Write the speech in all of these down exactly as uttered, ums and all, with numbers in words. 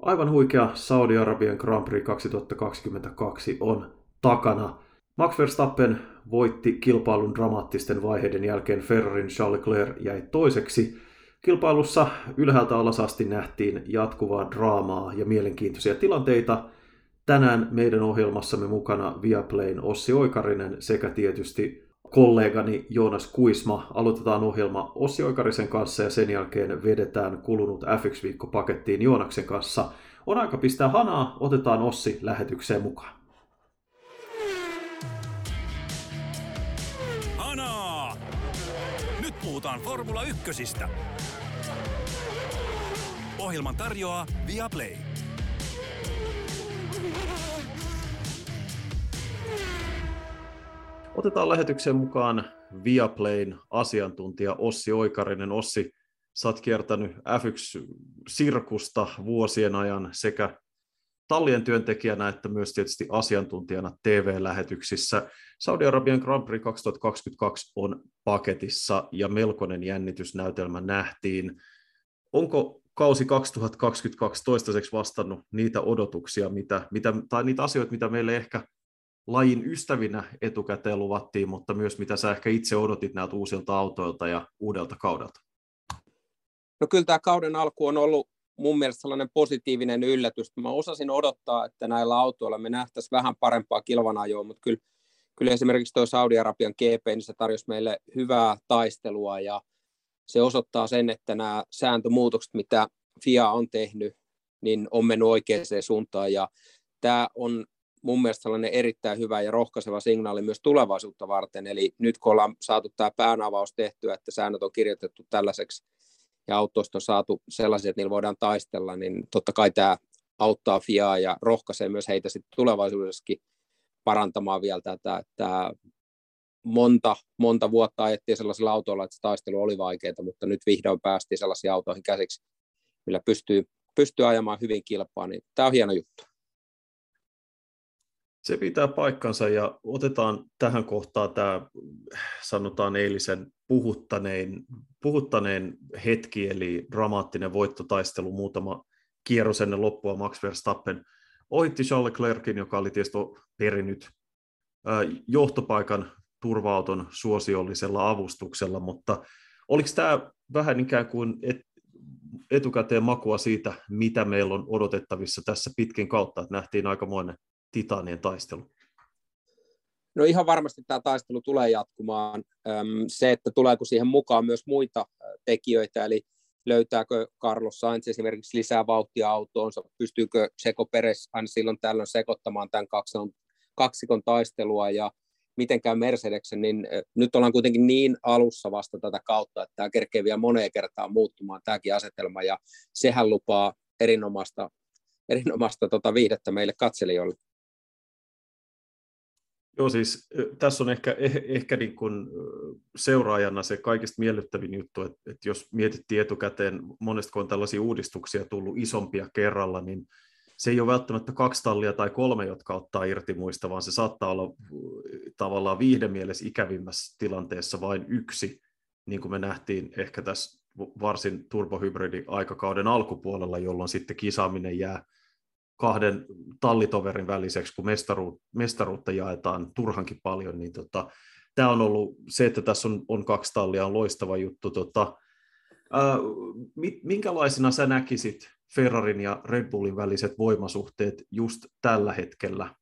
Aivan huikea Saudi-Arabian Grand Prix kaksituhattakaksikymmentäkaksi on takana. Max Verstappen voitti kilpailun dramaattisten vaiheiden jälkeen. Ferrarin Charles Leclerc jäi toiseksi. Kilpailussa ylhäältä alas asti nähtiin jatkuvaa draamaa ja mielenkiintoisia tilanteita. Tänään meidän ohjelmassamme mukana Viaplayn Ossi Oikarinen sekä tietysti kollegani Joonas Kuisma. Aloitetaan ohjelma Ossi Oikarisen kanssa ja sen jälkeen vedetään kulunut F yksi -viikko pakettiin Joonaksen kanssa. On aika pistää hanaa, otetaan Ossi lähetykseen mukaan. Hanaa! Nyt puhutaan Formula ykkösistä. Ohjelman tarjoaa Viaplay. Otetaan lähetykseen mukaan Viaplayn asiantuntija Ossi Oikarinen. Ossi, sä oot kiertänyt F yksi -sirkusta vuosien ajan sekä tallien työntekijänä että myös tietysti asiantuntijana T V-lähetyksissä. Saudi-Arabian Grand Prix kaksituhattakaksikymmentäkaksi on paketissa ja melkoinen jännitysnäytelmä nähtiin. Onko kausi kaksituhattakaksikymmentäkaksi toistaiseksi vastannut niitä odotuksia, mitä, mitä, tai niitä asioita, mitä meille ehkä lajin ystävinä etukäteen luvattiin, mutta myös mitä sä ehkä itse odotit näiltä uusilta autoilta ja uudelta kaudelta? No kyllä tämä kauden alku on ollut mun mielestä sellainen positiivinen yllätys. Mä osasin odottaa, että näillä autoilla me nähtäisiin vähän parempaa kilvanajoa, mutta kyllä, kyllä esimerkiksi tuo Saudi-Arabian G P, niin se tarjosi meille hyvää taistelua ja se osoittaa sen, että nämä sääntömuutokset, mitä F I A on tehnyt, niin on mennyt oikeaan suuntaan ja tämä on mun mielestä sellainen erittäin hyvä ja rohkaiseva signaali myös tulevaisuutta varten. Eli nyt kun ollaan saatu tämä päänavaus tehtyä, että säännöt on kirjoitettu tällaiseksi ja autoista on saatu sellaisia, että niillä voidaan taistella, niin totta kai tämä auttaa F I A ja rohkaisee myös heitä sitten tulevaisuudessakin parantamaan vielä tätä, että monta, monta vuotta ajettiin sellaisilla autoilla, että se taistelu oli vaikeaa, mutta nyt vihdoin päästiin sellaisiin autoihin käsiksi, millä pystyy, pystyy ajamaan hyvin kilpaa, niin tämä on hieno juttu. Se pitää paikkansa ja otetaan tähän kohtaan tämä, sanotaan eilisen puhuttaneen, puhuttaneen hetki, eli dramaattinen voittotaistelu, muutama kierros ennen loppua. Max Verstappen ohitti Charles Leclercin, joka oli tietysti perinnyt johtopaikan turva-auton suosiollisella avustuksella, mutta oliko tämä vähän ikään kuin et, etukäteen makua siitä, mitä meillä on odotettavissa tässä pitkin kautta, että nähtiin aikamoinen titaanien taistelu? No ihan varmasti tämä taistelu tulee jatkumaan. Se, että tuleeko siihen mukaan myös muita tekijöitä, eli löytääkö Carlos Sainz esimerkiksi lisää vauhtia autoonsa, pystyykö Checo Perez aina silloin tällöin sekoittamaan tämän kaksikon, kaksikon taistelua ja miten käy Mercedeksen, niin nyt ollaan kuitenkin niin alussa vasta tätä kautta, että tämä kerkee vielä moneen kertaan muuttumaan tämäkin asetelma ja sehän lupaa erinomaista, erinomaista tota viihdettä meille katselijoille. Joo, siis tässä on ehkä, ehkä niin kuin seuraajana se kaikista miellyttävin juttu, että, että jos mietittiin etukäteen, monesti kun on tällaisia uudistuksia tullut isompia kerralla, niin se ei ole välttämättä kaksi tallia tai kolme, jotka ottaa irti muista, vaan se saattaa olla tavallaan viihdemielessä ikävimmässä tilanteessa vain yksi, niin kuin me nähtiin ehkä tässä varsin turbohybridi-aikakauden alkupuolella, jolloin sitten kisaaminen jää kahden tallitoverin väliseksi, kun mestaruut, mestaruutta jaetaan turhankin paljon, niin tota, tämä on ollut se, että tässä on, on kaksi tallia, on loistava juttu. Tota, ää, minkälaisena sä näkisit Ferrarin ja Red Bullin väliset voimasuhteet just tällä hetkellä?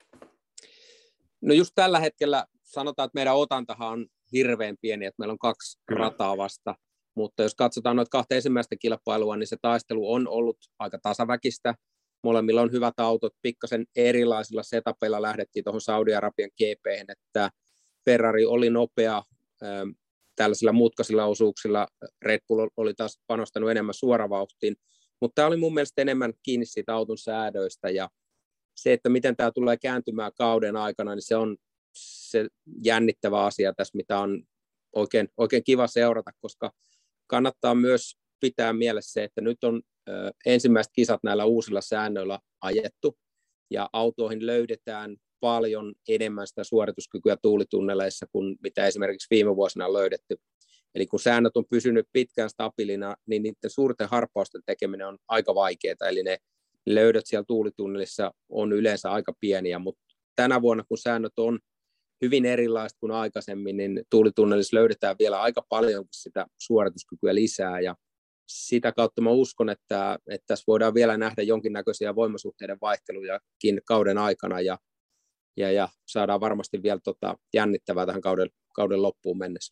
No just tällä hetkellä sanotaan, että meidän otantahan on hirveän pieni, että meillä on kaksi Kyllä. rataa vasta, mutta jos katsotaan noita kahta ensimmäistä kilpailua, niin se taistelu on ollut aika tasaväkistä. Molemmilla on hyvät autot, pikkasen erilaisilla setupeilla lähdettiin tuohon Saudi-Arabian G P:hen, että Ferrari oli nopea ähm, tällaisilla mutkaisilla osuuksilla, Red Bull oli taas panostanut enemmän suoravauhtiin, mutta tämä oli mun mielestä enemmän kiinni siitä auton säädöistä ja se, että miten tämä tulee kääntymään kauden aikana, niin se on se jännittävä asia tässä, mitä on oikein, oikein kiva seurata, koska kannattaa myös pitää mielessä se, että nyt on ö, ensimmäiset kisat näillä uusilla säännöillä ajettu, ja autoihin löydetään paljon enemmän sitä suorituskykyä tuulitunneleissa kuin mitä esimerkiksi viime vuosina on löydetty. Eli kun säännöt on pysynyt pitkään stabiilina, niin niiden suurten harppausten tekeminen on aika vaikeaa, eli ne löydöt siellä tuulitunnelissa on yleensä aika pieniä, mutta tänä vuonna, kun säännöt on hyvin erilaiset kuin aikaisemmin, niin tuulitunnelissa löydetään vielä aika paljon sitä suorituskykyä lisää, ja sitä kautta mä uskon, että, että tässä voidaan vielä nähdä jonkinnäköisiä voimasuhteiden vaihtelujakin kauden aikana, ja, ja, ja saadaan varmasti vielä tota jännittävää tähän kauden, kauden loppuun mennessä.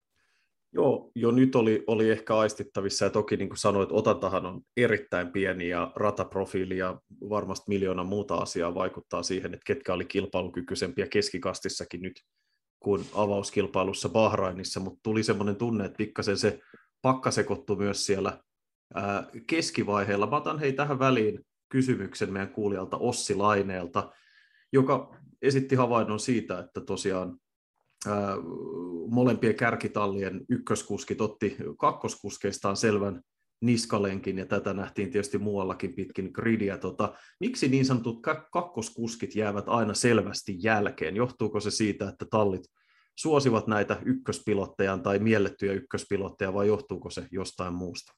Joo, jo nyt oli, oli ehkä aistittavissa, ja toki niin kuin sanoit, otantahan on erittäin pieni, ja rataprofiili ja varmasti miljoona muuta asiaa vaikuttaa siihen, että ketkä oli kilpailukykyisempiä keskikastissakin nyt kuin avauskilpailussa Bahrainissa, mutta tuli semmoinen tunne, että pikkasen se pakka sekoittui myös siellä ää, keskivaiheella. Mä otan hei tähän väliin kysymyksen meidän kuulijalta Ossi Laineelta, joka esitti havainnon siitä, että tosiaan ää, molempien kärkitallien ykköskuskit otti kakkoskuskeistaan selvän niskalenkin, ja tätä nähtiin tietysti muuallakin pitkin gridiä. Tota, miksi niin sanotut kakkoskuskit jäävät aina selvästi jälkeen? Johtuuko se siitä, että tallit suosivat näitä ykköspilotteja tai miellettyjä ykköspilotteja, vai johtuuko se jostain muusta?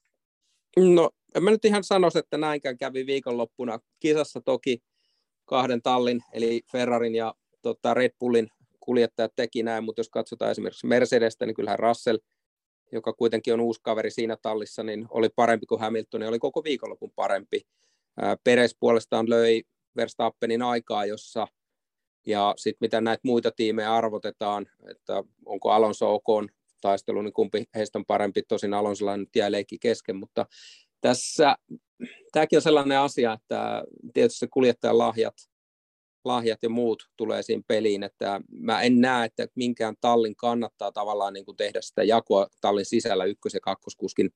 No, en mä nyt ihan sanoisi, että näinkään kävi viikonloppuna. Kisassa toki kahden tallin, eli Ferrarin ja tota, Red Bullin kuljettajat teki näin, mutta jos katsotaan esimerkiksi Mercedestä, niin kyllähän Russell, joka kuitenkin on uusi kaveri siinä tallissa, niin oli parempi kuin Hamilton, ja oli koko viikonlopun parempi. Perez puolestaan löi Verstappenin aikaa, jossa, ja sitten mitä näitä muita tiimejä arvotetaan, että onko Alonso Ocon taistelu, niin kumpi heistä on parempi, tosin Alonsolla nyt jäi leikki kesken, mutta tässä tämäkin on sellainen asia, että tietysti se kuljettajan lahjat, lahjat ja muut tulee siinä peliin, että mä en näe, että minkään tallin kannattaa tavallaan niin kuin tehdä sitä jakoa tallin sisällä ykkös- ja kakkoskuskin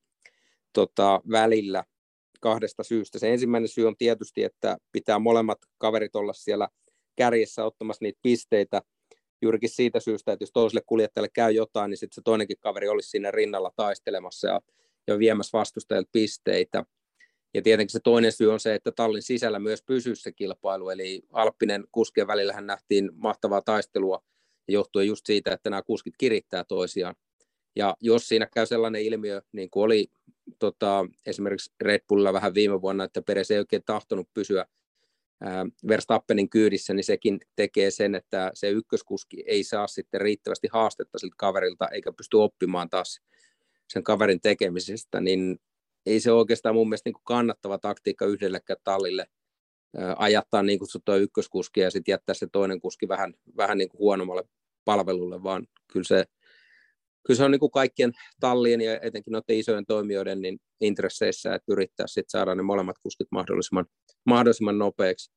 tota, välillä kahdesta syystä. Se ensimmäinen syy on tietysti, että pitää molemmat kaverit olla siellä kärjessä ottamassa niitä pisteitä juurikin siitä syystä, että jos toiselle kuljettajalle käy jotain, niin sitten se toinenkin kaveri olisi siinä rinnalla taistelemassa ja, ja viemässä vastustajalta pisteitä. Ja tietenkin se toinen syy on se, että tallin sisällä myös pysyy se kilpailu, eli Alppinen kuskien välillähän nähtiin mahtavaa taistelua, johtuen just siitä, että nämä kuskit kirittää toisiaan. Ja jos siinä käy sellainen ilmiö, niin kuin oli tota, esimerkiksi Red Bullilla vähän viime vuonna, että Perez ei oikein tahtonut pysyä ää, Verstappenin kyydissä, niin sekin tekee sen, että se ykköskuski ei saa sitten riittävästi haastetta siltä kaverilta, eikä pysty oppimaan taas sen kaverin tekemisestä, niin ei se oikeastaan mun mielestä niin kuin kannattava taktiikka yhdellekään tallille ää, ajattaa niin kutsuttua ykköskuskia ja sitten jättää se toinen kuski vähän, vähän niin kuin huonommalle palvelulle, vaan kyllä se, kyllä se on niin kuin kaikkien tallien ja etenkin noiden isojen toimijoiden niin intresseissä, että yrittää sitten saada ne molemmat kuskit mahdollisimman, mahdollisimman nopeaksi.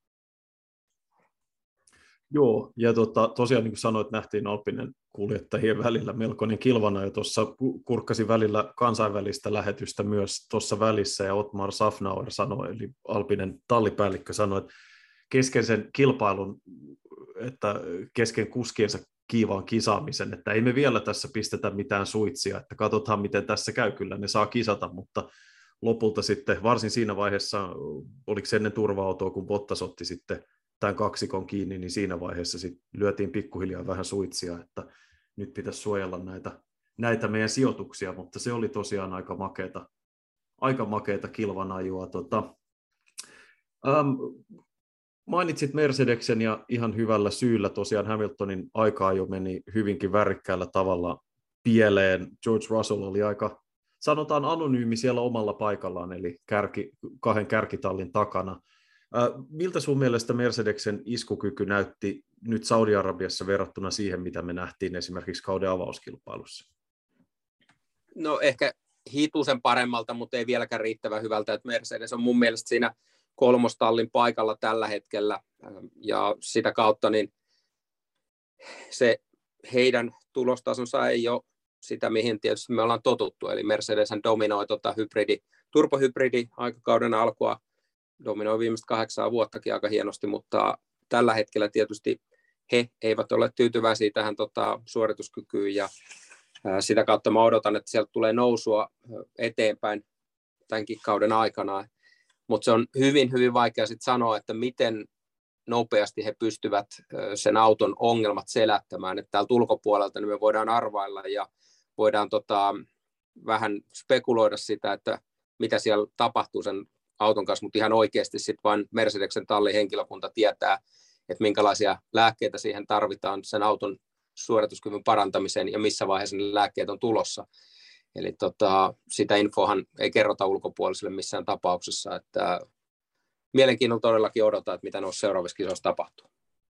Joo, ja tota, tosiaan niin kuin sanoit, nähtiin Alppinen kuljettajien välillä melkoinen kilvana, ja tuossa kurkkasi välillä kansainvälistä lähetystä myös tuossa välissä, ja Otmar Safnauer sanoi, eli Alppinen tallipäällikkö sanoi, että kesken sen kilpailun, että kesken kuskiensa kiivaan kisaamisen, että ei me vielä tässä pistetä mitään suitsia, että katsotaan miten tässä käy, kyllä ne saa kisata, mutta lopulta sitten, varsin siinä vaiheessa, oliko se ennen turva-autoa, kun Bottas otti sitten tämän kaksikon kiinni, niin siinä vaiheessa sit lyötiin pikkuhiljaa vähän suitsia, että nyt pitäisi suojella näitä, näitä meidän sijoituksia, mutta se oli tosiaan aika makeata, aika makeata kilvanajua. Tota, ähm, mainitsit Mercedeksen ja ihan hyvällä syyllä tosiaan Hamiltonin aikaa jo meni hyvinkin värikkäällä tavalla pieleen. George Russell oli aika, sanotaan anonyymi siellä omalla paikallaan, eli kärki, kahden kärkitallin takana. Miltä sun mielestä Mercedeksen iskukyky näytti nyt Saudi-Arabiassa verrattuna siihen, mitä me nähtiin esimerkiksi kauden avauskilpailussa? No ehkä hitusen paremmalta, mutta ei vieläkään riittävän hyvältä, että Mercedes on mun mielestä siinä kolmostallin paikalla tällä hetkellä, ja sitä kautta niin se heidän tulostasonsa ei ole sitä, mihin tietysti me ollaan totuttu, eli Mercedeshän dominoi tota hybridi, turbohybridi aikakauden alkua, dominoi viimeiset kahdeksaa vuottakin aika hienosti, mutta tällä hetkellä tietysti he eivät ole tyytyväisiä tähän tota, suorituskykyyn, ja ää, sitä kautta mä odotan, että sieltä tulee nousua eteenpäin tämänkin kauden aikana, mutta se on hyvin, hyvin vaikea sitten sanoa, että miten nopeasti he pystyvät sen auton ongelmat selättämään, että täältä ulkopuolelta niin me voidaan arvailla ja voidaan tota, vähän spekuloida sitä, että mitä siellä tapahtuu sen auton kanssa, mutta ihan oikeasti sitten vain Mercedesen tallin henkilökunta tietää, että minkälaisia lääkkeitä siihen tarvitaan sen auton suorituskyvyn parantamiseen ja missä vaiheessa ne lääkkeet on tulossa. Eli tota, sitä infohan ei kerrota ulkopuolisille missään tapauksessa, että mielenkiinnolla todellakin odotan, että mitä noissa seuraavissa kisoissa tapahtuu.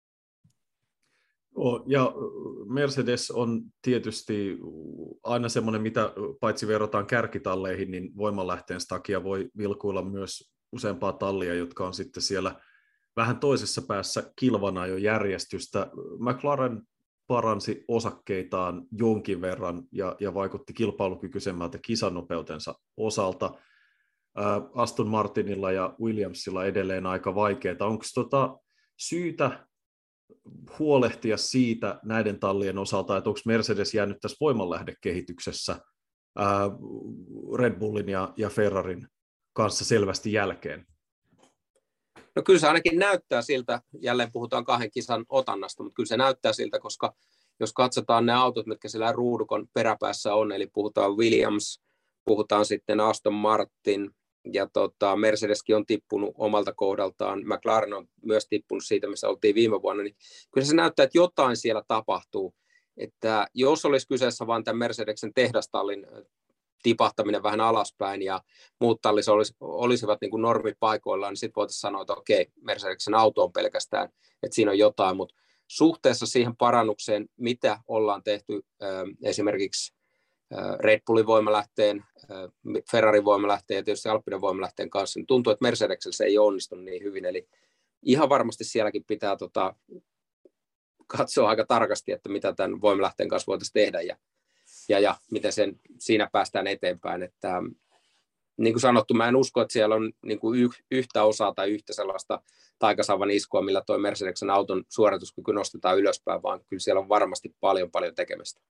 Ja Mercedes on tietysti aina semmoinen, mitä paitsi verrataan kärkitalleihin, niin voimanlähteen takia voi vilkuilla myös useampaa tallia, jotka on sitten siellä vähän toisessa päässä kilvana jo järjestystä. McLaren paransi osakkeitaan jonkin verran ja, ja vaikutti kilpailukykyisemmältä kisanopeutensa osalta. Ää, Aston Martinilla ja Williamsilla edelleen aika vaikeaa. Onko tota syytä huolehtia siitä näiden tallien osalta, että onko Mercedes jäänyt tässä voimanlähdekehityksessä ää, Red Bullin ja, ja Ferrarin kanssa selvästi jälkeen? No kyllä se ainakin näyttää siltä, jälleen puhutaan kahden kisan otannasta, mutta kyllä se näyttää siltä, koska jos katsotaan ne autot, mitkä siellä ruudukon peräpäässä on, eli puhutaan Williams, puhutaan sitten Aston Martin, ja tota, Mercedeskin on tippunut omalta kohdaltaan, McLaren on myös tippunut siitä, missä oltiin viime vuonna, niin kyllä se näyttää, että jotain siellä tapahtuu, että jos olisi kyseessä vain tämän Mercedesen tehdastallin tipahtaminen vähän alaspäin ja muut tallit olis, olisivat niin kuin normipaikoillaan, niin sitten voitaisiin sanoa, että okei, Mercedesen auto on pelkästään, että siinä on jotain, mutta suhteessa siihen parannukseen, mitä ollaan tehty äh, esimerkiksi äh, Red Bullin voimalähteen, äh, Ferrarin voimalähteen ja tietysti Alppinen voimalähteen kanssa, niin tuntuu, että Mercedesellä se ei onnistunut niin hyvin, eli ihan varmasti sielläkin pitää tota, katsoa aika tarkasti, että mitä tämän voimalähteen kanssa voitaisiin tehdä ja Ja, ja miten sen, siinä päästään eteenpäin. Että, niin kuin sanottu, mä en usko, että siellä on niin kuin yhtä osaa tai yhtä sellaista taikasauvan iskua, millä toi Mercedesen auton suorituskyky nostetaan ylöspäin, vaan kyllä siellä on varmasti paljon, paljon tekemistä.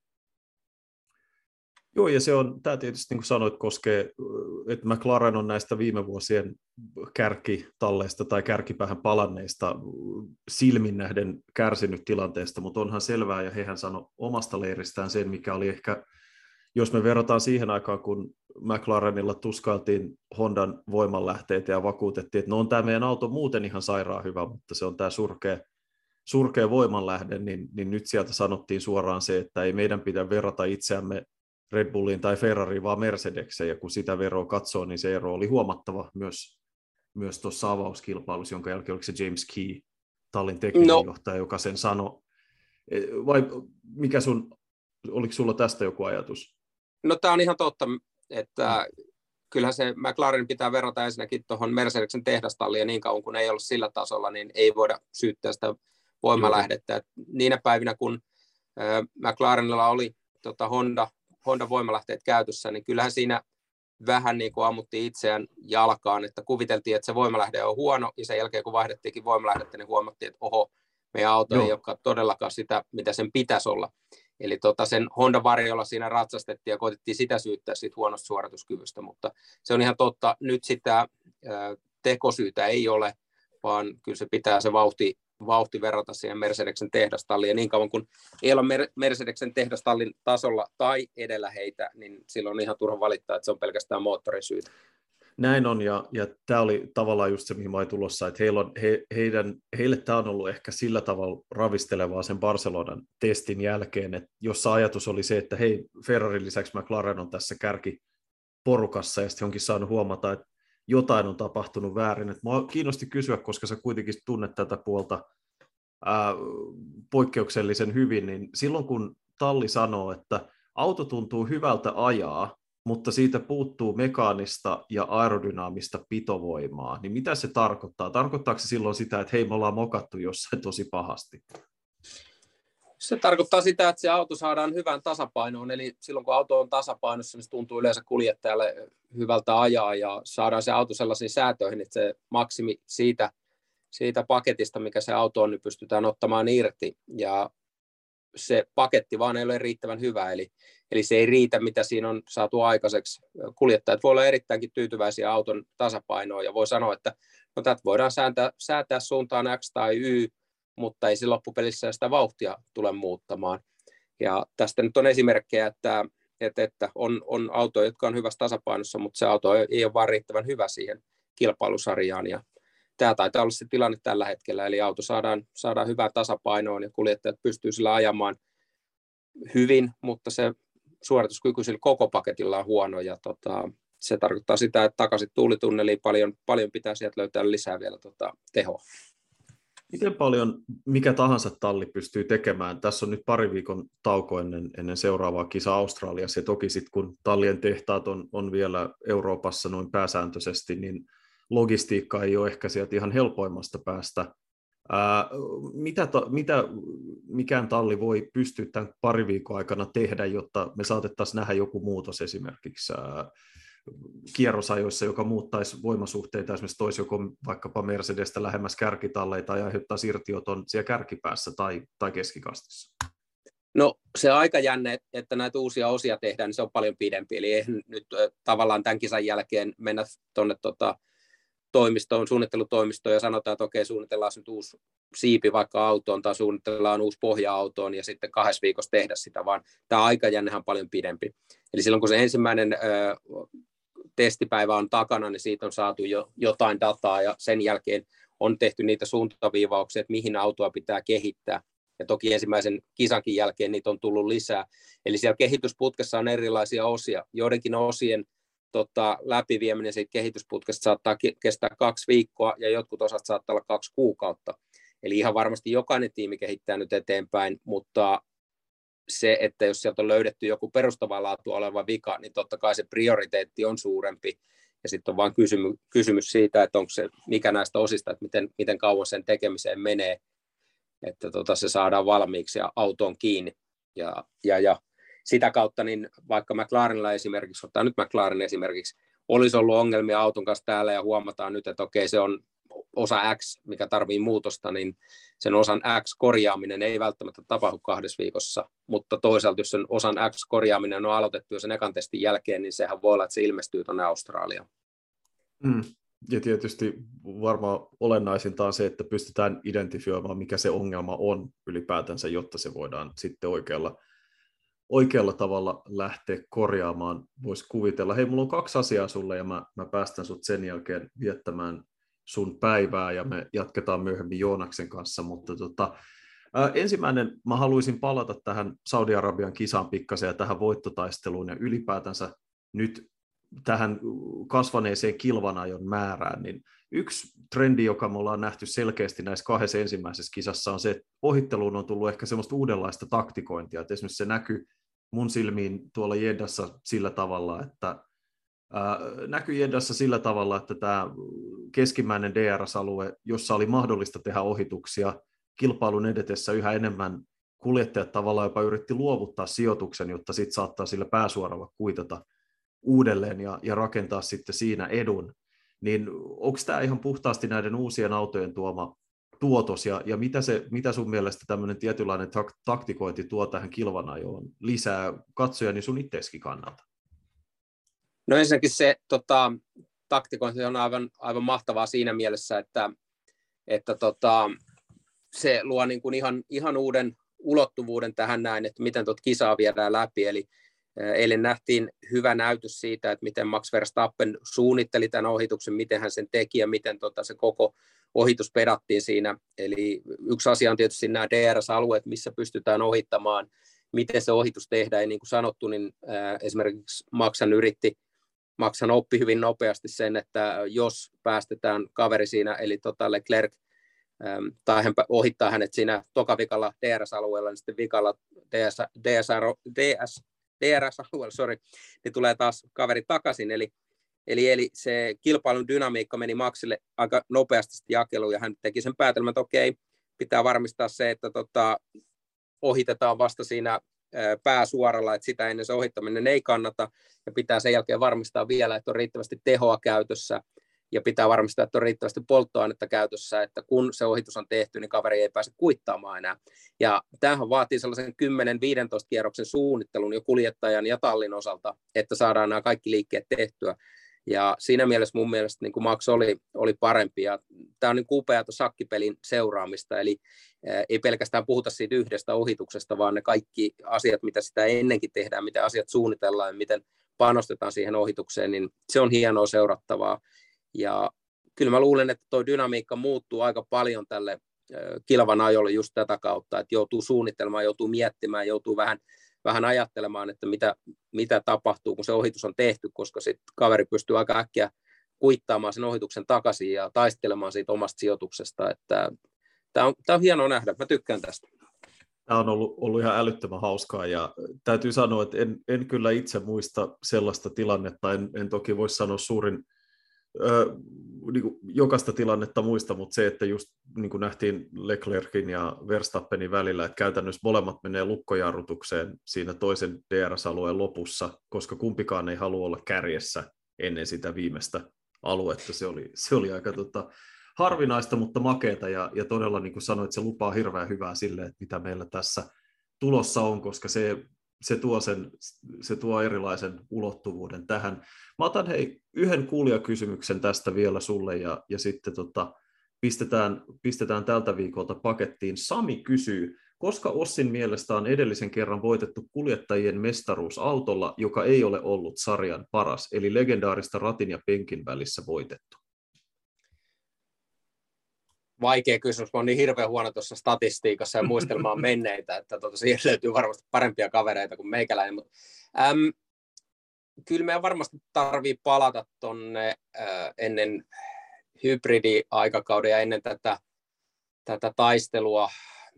Joo, ja se on, tämä tietysti niin kuin sanoit, koskee, että McLaren on näistä viime vuosien kärkitalleista tai kärkipäähän palanneista silmin nähden kärsinyt tilanteesta, mutta onhan selvää, ja hehän sanoi omasta leiristään sen, mikä oli ehkä, jos me verrataan siihen aikaan, kun McLarenilla tuskailtiin Hondan voimanlähteitä ja vakuutettiin, että no on tämä meidän auto muuten ihan sairaan hyvä, mutta se on tämä surkea, surkea voimanlähde, niin, niin nyt sieltä sanottiin suoraan se, että ei meidän pitää verrata itseämme Red Bulliin tai Ferrariin, vaan Mercedekseen, ja kun sitä veroa katsoo, niin se ero oli huomattava myös, myös tuossa avauskilpailussa, jonka jälkeen oliko se James Key, tallin tekninen no. johtaja, joka sen sanoi. Vai mikä sun, oliko sulla tästä joku ajatus? No tämä on ihan totta, että mm. kyllähän se McLaren pitää verrata ensinnäkin tuohon Mercedesen tehdastalliin, ja niin kauan kun ei ollut sillä tasolla, niin ei voida syyttää sitä voimalähdettä. Niinä päivinä, kun äh, McLarenilla oli tota, Honda, Honda voimalähteet käytössä, niin kyllähän siinä vähän niin kuin ammuttiin itseään jalkaan, että kuviteltiin, että se voimalähde on huono, ja sen jälkeen kun vaihdettiinkin voimalähdettä, niin huomattiin, että oho, meidän auto Joo. ei olekaan todellakaan sitä, mitä sen pitäisi olla. Eli tota, sen Honda-varjolla siinä ratsastettiin ja koitettiin sitä syyttää siitä huonosta suorituskyvystä, mutta se on ihan totta, nyt sitä ää, tekosyytä ei ole, vaan kyllä se pitää se vauhti, vauhti verrata siihen Mercedesen tehdastalliin, ja niin kauan kun ei ole Mer- Mercedesen tehdastallin tasolla tai edellä heitä, niin silloin on ihan turha valittaa, että se on pelkästään moottorin syytä. Näin on, ja, ja tämä oli tavallaan just se, mihin mä olin tulossa, että heillä on, he, heidän, heille tämä on ollut ehkä sillä tavalla ravistelevaa sen Barcelonan testin jälkeen, että jossa ajatus oli se, että hei, Ferrarin lisäksi McLaren on tässä kärkiporukassa, ja sitten onkin saanut huomata, että jotain on tapahtunut väärin. Et mua kiinnosti kysyä, koska sä kuitenkin tunnet tätä puolta ää, poikkeuksellisen hyvin, niin silloin kun talli sanoo, että auto tuntuu hyvältä ajaa, mutta siitä puuttuu mekaanista ja aerodynaamista pitovoimaa, niin mitä se tarkoittaa? Tarkoittaako se silloin sitä, että hei, me ollaan mokattu jossain tosi pahasti? Se tarkoittaa sitä, että se auto saadaan hyvään tasapainoon, eli silloin kun auto on tasapainossa, niin se tuntuu yleensä kuljettajalle hyvältä ajaa, ja saadaan se auto sellaisiin säätöihin, että se maksimi siitä, siitä paketista, mikä se auto on, niin pystytään ottamaan irti, ja se paketti vaan ei ole riittävän hyvä, eli, eli se ei riitä, mitä siinä on saatu aikaiseksi. Kuljettajat voi olla erittäinkin tyytyväisiä auton tasapainoon, ja voi sanoa, että no, tätä voidaan säätää, säätää suuntaan X tai Y, mutta ei se loppupelissä sitä vauhtia tule muuttamaan. Ja tästä nyt on esimerkkejä, että, että, että on, on autoja, jotka on hyvässä tasapainossa, mutta se auto ei ole vaan riittävän hyvä siihen, kilpailusarjaan. Ja tämä taitaa olla se tilanne tällä hetkellä, eli auto saadaan, saadaan hyvään tasapainoon ja kuljettajat pystyy sillä ajamaan hyvin, mutta se suorituskyky sillä koko paketilla on huono ja tota, se tarkoittaa sitä, että takaisin tuulitunneliin paljon, paljon pitää sieltä löytää lisää vielä tota, tehoa. Miten paljon mikä tahansa talli pystyy tekemään? Tässä on nyt pari viikon tauko ennen, ennen seuraavaa kisaa Australiassa, ja toki sitten kun tallien tehtaat on, on vielä Euroopassa noin pääsääntöisesti, niin logistiikka ei ole ehkä sieltä ihan helpoimmasta päästä. Ää, mitä, ta, mitä mikään talli voi pystyä tämän pari viikon aikana tehdä, jotta me saatettaisiin nähdä joku muutos esimerkiksi ää, kierrosajoissa, joka muuttaisi voimasuhteita, esimerkiksi toisi joko vaikkapa Mercedestä lähemmäs kärkitalleita tai aiheuttaa irtioton siellä kärkipäässä tai, tai keskikastissa? No se aikajänne, että näitä uusia osia tehdään, niin se on paljon pidempi. Eli eihän nyt tavallaan tämän kisan jälkeen mennä tuonne tota, toimistoon, suunnittelutoimistoon ja sanotaan, että okei, suunnitellaan nyt uusi siipi vaikka autoon tai suunnitellaan uusi pohja autoon ja sitten kahdessa viikossa tehdä sitä, vaan tämä aikajännehän on paljon pidempi. Eli silloin kun se ensimmäinen ö, testipäivä on takana, niin siitä on saatu jo jotain dataa ja sen jälkeen on tehty niitä suuntaviivauksia, että mihin autoa pitää kehittää. Ja toki ensimmäisen kisankin jälkeen niitä on tullut lisää. Eli siellä kehitysputkessa on erilaisia osia. Joidenkin osien tota, läpivieminen siitä kehitysputkesta saattaa kestää kaksi viikkoa ja jotkut osat saattaa olla kaksi kuukautta. Eli ihan varmasti jokainen tiimi kehittää nyt eteenpäin, mutta se, että jos sieltä on löydetty joku perustavaa laatua oleva vika, niin totta kai se prioriteetti on suurempi. Ja sitten on vain kysymys, kysymys siitä, että onko se mikä näistä osista, että miten, miten kauan sen tekemiseen menee, että tota, se saadaan valmiiksi ja autoon kiinni. Ja, ja, ja sitä kautta, niin vaikka McLarenilla esimerkiksi, ottaa nyt McLaren esimerkiksi, olisi ollut ongelmia auton kanssa täällä ja huomataan nyt, että okei, se on osa X, mikä tarvii muutosta, niin sen osan X korjaaminen ei välttämättä tapahdu kahdessa viikossa, mutta toisaalta jos sen osan X korjaaminen on aloitettu jo sen ekan testin jälkeen, niin sehän voi olla, että se ilmestyy tuonne Australiaan. Mm. Ja tietysti varmaan olennaisinta on se, että pystytään identifioimaan, mikä se ongelma on ylipäätänsä, jotta se voidaan sitten oikealla, oikealla tavalla lähteä korjaamaan. Voisi kuvitella, hei, mulla on kaksi asiaa sulle ja mä, mä päästän sut sen jälkeen viettämään sun päivää ja me jatketaan myöhemmin Joonaksen kanssa, mutta tota, ää, ensimmäinen mä haluaisin palata tähän Saudi-Arabian kisaan pikkasen ja tähän voittotaisteluun ja ylipäätänsä nyt tähän kasvaneeseen kilvanajon määrään, niin yksi trendi, joka me ollaan nähty selkeästi näissä kahdessa ensimmäisessä kisassa on se, että ohitteluun on tullut ehkä semmoista uudenlaista taktikointia, että esimerkiksi se näkyy mun silmiin tuolla Jeddassa sillä tavalla, että ää, näkyy Jeddassa sillä tavalla, että tämä keskimmäinen D R S-alue, jossa oli mahdollista tehdä ohituksia kilpailun edetessä yhä enemmän, kuljettajat tavallaan jopa yritti luovuttaa sijoituksen, jotta sitten saattaa sillä pääsuoralla kuitata uudelleen ja, ja rakentaa sitten siinä edun, niin onko tämä ihan puhtaasti näiden uusien autojen tuoma tuotos, ja, ja mitä, se, mitä sun mielestä tämmöinen tietynlainen tak- taktikointi tuo tähän kilvanajoon lisää katsojani sun itseeskin kannalta? No ensinnäkin se tota, taktikointi on aivan, aivan mahtavaa siinä mielessä, että, että tota, se luo niin kuin ihan, ihan uuden ulottuvuuden tähän näin, että miten tuota kisaa viedään läpi, eli eilen nähtiin hyvä näytös siitä, että miten Max Verstappen suunnitteli tämän ohituksen, miten hän sen teki ja miten tota se koko ohitus pedattiin siinä. Eli yksi asia on tietysti nämä D R S-alueet, missä pystytään ohittamaan, miten se ohitus tehdään. Ja niin kuin sanottu, niin ää, esimerkiksi Maxhan yritti, Maxhan oppi hyvin nopeasti sen, että jos päästetään kaveri siinä, eli tota Leclerc, ää, tai hän ohittaa hänet siinä tokavikalla D R S-alueella, niin sitten vikalla D S, D S, D S D R S-alueella, sorry, niin tulee taas kaveri takaisin, eli, eli, eli se kilpailun dynamiikka meni Maxille aika nopeasti jakeluun, ja hän teki sen päätelmän, että okei, pitää varmistaa se, että tota, ohitetaan vasta siinä ää, pääsuoralla, että sitä ennen se ohittaminen ei kannata, ja pitää sen jälkeen varmistaa vielä, että on riittävästi tehoa käytössä, ja pitää varmistaa, että on riittävästi polttoainetta käytössä, että kun se ohitus on tehty, niin kaveri ei pääse kuittaamaan enää. Ja tämähän vaatii sellaisen kymmenen viisitoista kierroksen suunnittelun jo kuljettajan ja tallin osalta, että saadaan nämä kaikki liikkeet tehtyä. Ja siinä mielessä mun mielestä niin kuin Max oli, oli parempi. Ja tämä on niin upeata sakkipelin seuraamista, eli ää, ei pelkästään puhuta siitä yhdestä ohituksesta, vaan ne kaikki asiat, mitä sitä ennenkin tehdään, miten asiat suunnitellaan ja miten panostetaan siihen ohitukseen, niin se on hienoa seurattavaa. Ja kyllä mä luulen, että tuo dynamiikka muuttuu aika paljon tälle kilvan ajolle just tätä kautta, että joutuu suunnittelemaan, joutuu miettimään, joutuu vähän, vähän ajattelemaan, että mitä, mitä tapahtuu, kun se ohitus on tehty, koska sitten kaveri pystyy aika äkkiä kuittaamaan sen ohituksen takaisin ja taistelemaan siitä omasta sijoituksesta. Että tämä on, tämä on hienoa nähdä, mä tykkään tästä. Tämä on ollut, ollut ihan älyttömän hauskaa ja täytyy sanoa, että en, en kyllä itse muista sellaista tilannetta, en, en toki voi sanoa suurin ö, niin kuin jokaista tilannetta muista, mutta se, että just niin kuin nähtiin Leclercin ja Verstappenin välillä, että käytännössä molemmat menee lukkojarrutukseen siinä toisen D R S-alueen lopussa, koska kumpikaan ei halua olla kärjessä ennen sitä viimeistä aluetta. Se oli, se oli aika tota, harvinaista, mutta makeata ja, ja todella niin kuin sanoit, se lupaa hirveän hyvää sille, että mitä meillä tässä tulossa on, koska se, se, tuo, sen, se tuo erilaisen ulottuvuuden tähän. Mä otan hei yhden kuulijakysymyksen tästä vielä sulle ja, ja sitten tota, pistetään, pistetään tältä viikolta pakettiin. Sami kysyy, koska Ossin mielestä on edellisen kerran voitettu kuljettajien mestaruus autolla, joka ei ole ollut sarjan paras, eli legendaarista ratin ja penkin välissä voitettu? Vaikea kysymys. Mä oon niin hirveän huono tuossa statistiikassa ja muistelmaan menneitä, että tuota, siihen löytyy varmasti parempia kavereita kuin meikäläinen. Mutta, äm, kyllä meidän varmasti tarvii palata tuonne äh, ennen hybridi-aikakauden ja ennen tätä, tätä taistelua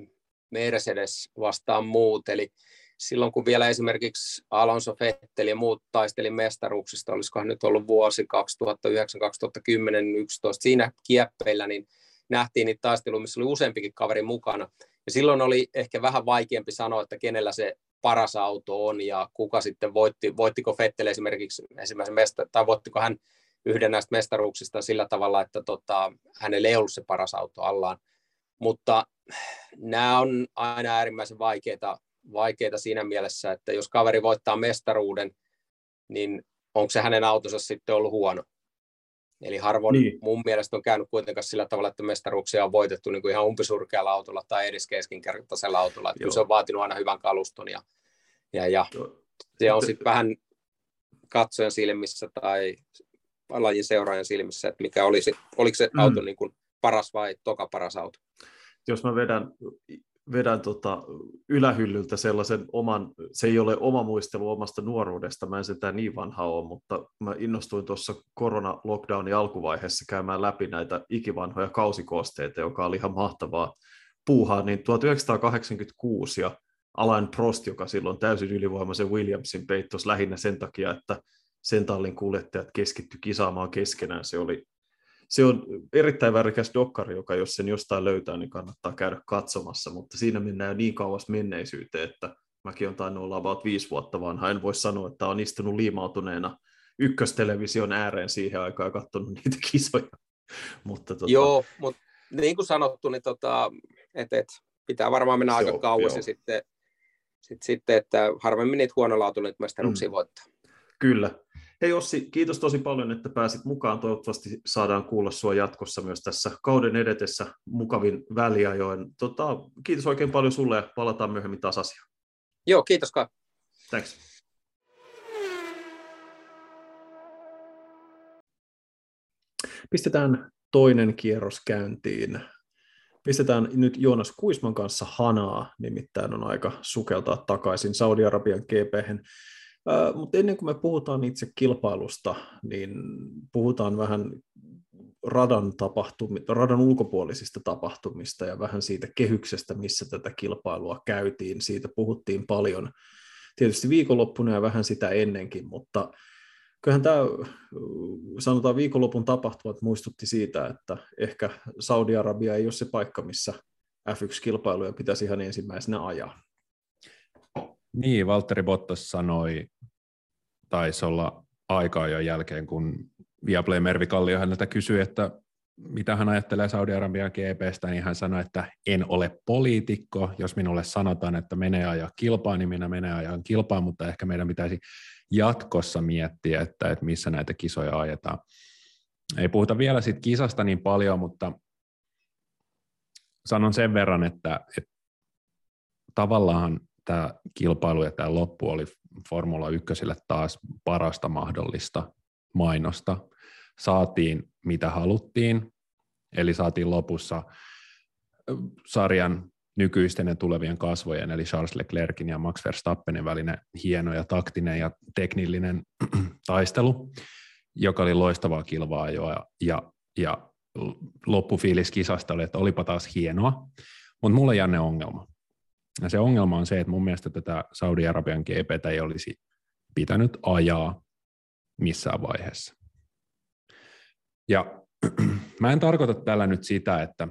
Mercedes vastaan muut. Eli silloin kun vielä esimerkiksi Alonso, Vettel ja muut taisteli mestaruuksista, olisikohan nyt ollut vuosi kaksituhattayhdeksän, kaksituhattakymmenen, yksitoista siinä kieppeillä, niin nähtiin niitä taisteluja, missä oli useampikin kaveri mukana. Ja silloin oli ehkä vähän vaikeampi sanoa, että kenellä se paras auto on ja kuka sitten voitti. Voittiko Vettel esimerkiksi ensimmäisen mesta- tai voittiko hän yhden näistä mestaruuksista sillä tavalla, että tota, hänellä ei ollut se paras auto allaan. Mutta nämä on aina äärimmäisen vaikeita, vaikeita siinä mielessä, että jos kaveri voittaa mestaruuden, niin onko se hänen autonsa sitten ollut huono? Eli harvoin niin. Mun mielestä on käynyt kuitenkaan sillä tavalla, että mestaruuksia on voitettu niin kuin ihan umpisurkealla autolla tai edes keskinkertaisella autolla. Että kyllä se on vaatinut aina hyvän kaluston ja, ja, ja se on sitten vähän katsojan silmissä tai lajin seuraajan silmissä, että mikä olisi, oliko se mm. auto niin kuin paras vai toka paras auto. Jos mä vedän, vedän tota ylähyllyltä sellaisen oman, se ei ole oma muistelu omasta nuoruudesta, mä en sitä niin vanha ole, mutta mä innostuin tuossa korona-lockdownin alkuvaiheessa käymään läpi näitä ikivanhoja kausikoosteita, joka oli ihan mahtavaa puuhaa, niin tuhatyhdeksänsataakahdeksankymmentäkuusi ja Alain Prost, joka silloin täysin ylivoimaisen Williamsin peittos lähinnä sen takia, että sen tallin kuljettajat keskittyi kisaamaan keskenään, se oli Se on erittäin värikäs dokkari, joka jos sen jostain löytää, niin kannattaa käydä katsomassa, mutta siinä mennään jo niin kauas menneisyyteen, että mäkin olen tainnut olla about viisi vuotta vanha. En voi sanoa, että olen istunut liimautuneena ykköstelevision ääreen siihen aikaan ja katsonut niitä kisoja. mutta, tota... Joo, mutta niin kuin sanottu, niin tota, et, et, pitää varmaan mennä aika joo, kauas joo. ja sitten, sit, sitten, että harvemmin niitä huonolaatuneita mestaruuksia mm. voittaa. Kyllä. Hei Ossi, kiitos tosi paljon, että pääsit mukaan. Toivottavasti saadaan kuulla sinua jatkossa myös tässä kauden edetessä mukavin väliajoin. Tota, kiitos oikein paljon sulle ja palataan myöhemmin taas asiaan. Joo, kiitos Kai. Thanks. Pistetään toinen kierros käyntiin. Pistetään nyt Joonas Kuisman kanssa hanaa, nimittäin on aika sukeltaa takaisin Saudi-Arabian G P:hen. Uh, mutta ennen kuin me puhutaan itse kilpailusta, niin puhutaan vähän radan, tapahtumi- radan ulkopuolisista tapahtumista ja vähän siitä kehyksestä, missä tätä kilpailua käytiin. Siitä puhuttiin paljon tietysti viikonloppuna ja vähän sitä ennenkin, mutta kyllähän tämä, sanotaan viikonlopun tapahtumat muistutti siitä, että ehkä Saudi-Arabia ei ole se paikka, missä F yksi -kilpailuja pitäisi ihan ensimmäisenä ajaa. Niin, Valtteri Bottas sanoi, taisi olla aikaa jo jälkeen, kun Viaplay Mervi Kallio häneltä kysyi, että mitä hän ajattelee Saudi-Arabian G P:stä, niin hän sanoi, että en ole poliitikko. Jos minulle sanotaan, että menee ajaa kilpaa, niin minä menee ajaa kilpaa, mutta ehkä meidän pitäisi jatkossa miettiä, että, että missä näitä kisoja ajetaan. Ei puhuta vielä siitä kisasta niin paljon, mutta sanon sen verran, että, että tavallaan tämä kilpailu ja tämä loppu oli Formula ykkösille taas parasta mahdollista mainosta. saatiin mitä haluttiin, eli saatiin lopussa sarjan nykyisten ja tulevien kasvojen, eli Charles Leclercin ja Max Verstappenin välinen hieno ja taktinen ja teknillinen taistelu, joka oli loistavaa kilvaa jo, ja, ja, ja loppufiilis kisasta oli, että olipa taas hienoa, mutta mulla on jänne ongelma. Ja se ongelma on se, että mun mielestä tätä Saudi-Arabian G P:tä ei olisi pitänyt ajaa missään vaiheessa. Ja mä en tarkoita tällä nyt sitä, että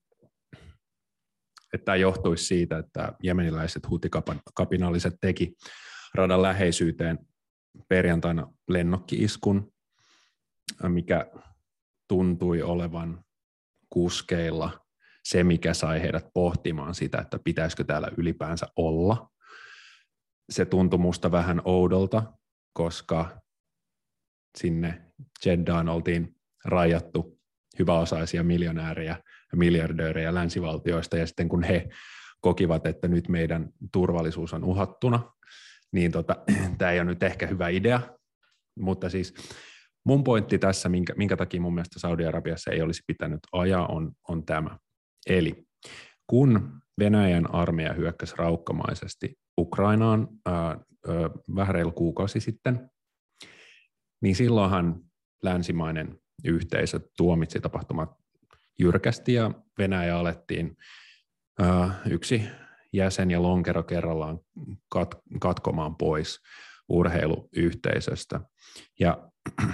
että tämä johtuisi siitä, että jemeniläiset huutikapinalliset teki radan läheisyyteen perjantaina lennokki-iskun, mikä tuntui olevan kuskeilla se, mikä sai heidät pohtimaan sitä, että pitäisikö täällä ylipäänsä olla. Se tuntui musta vähän oudolta, koska sinne Jeddaan oltiin rajattu hyväosaisia miljonäärejä ja miljardöörejä länsivaltioista, ja sitten kun he kokivat, että nyt meidän turvallisuus on uhattuna, niin tota, tämä ei ole nyt ehkä hyvä idea, mutta siis mun pointti tässä, minkä, minkä takia mun mielestä Saudi-Arabiassa ei olisi pitänyt ajaa, on, on tämä. Eli kun Venäjän armeija hyökkäsi raukkamaisesti Ukrainaan ää, ää, vähän reilu kuukausi sitten, niin silloinhan länsimainen yhteisö tuomitsi tapahtumat jyrkästi, ja Venäjä alettiin ää, yksi jäsen ja lonkero kerrallaan kat, katkomaan pois urheiluyhteisöstä. Ja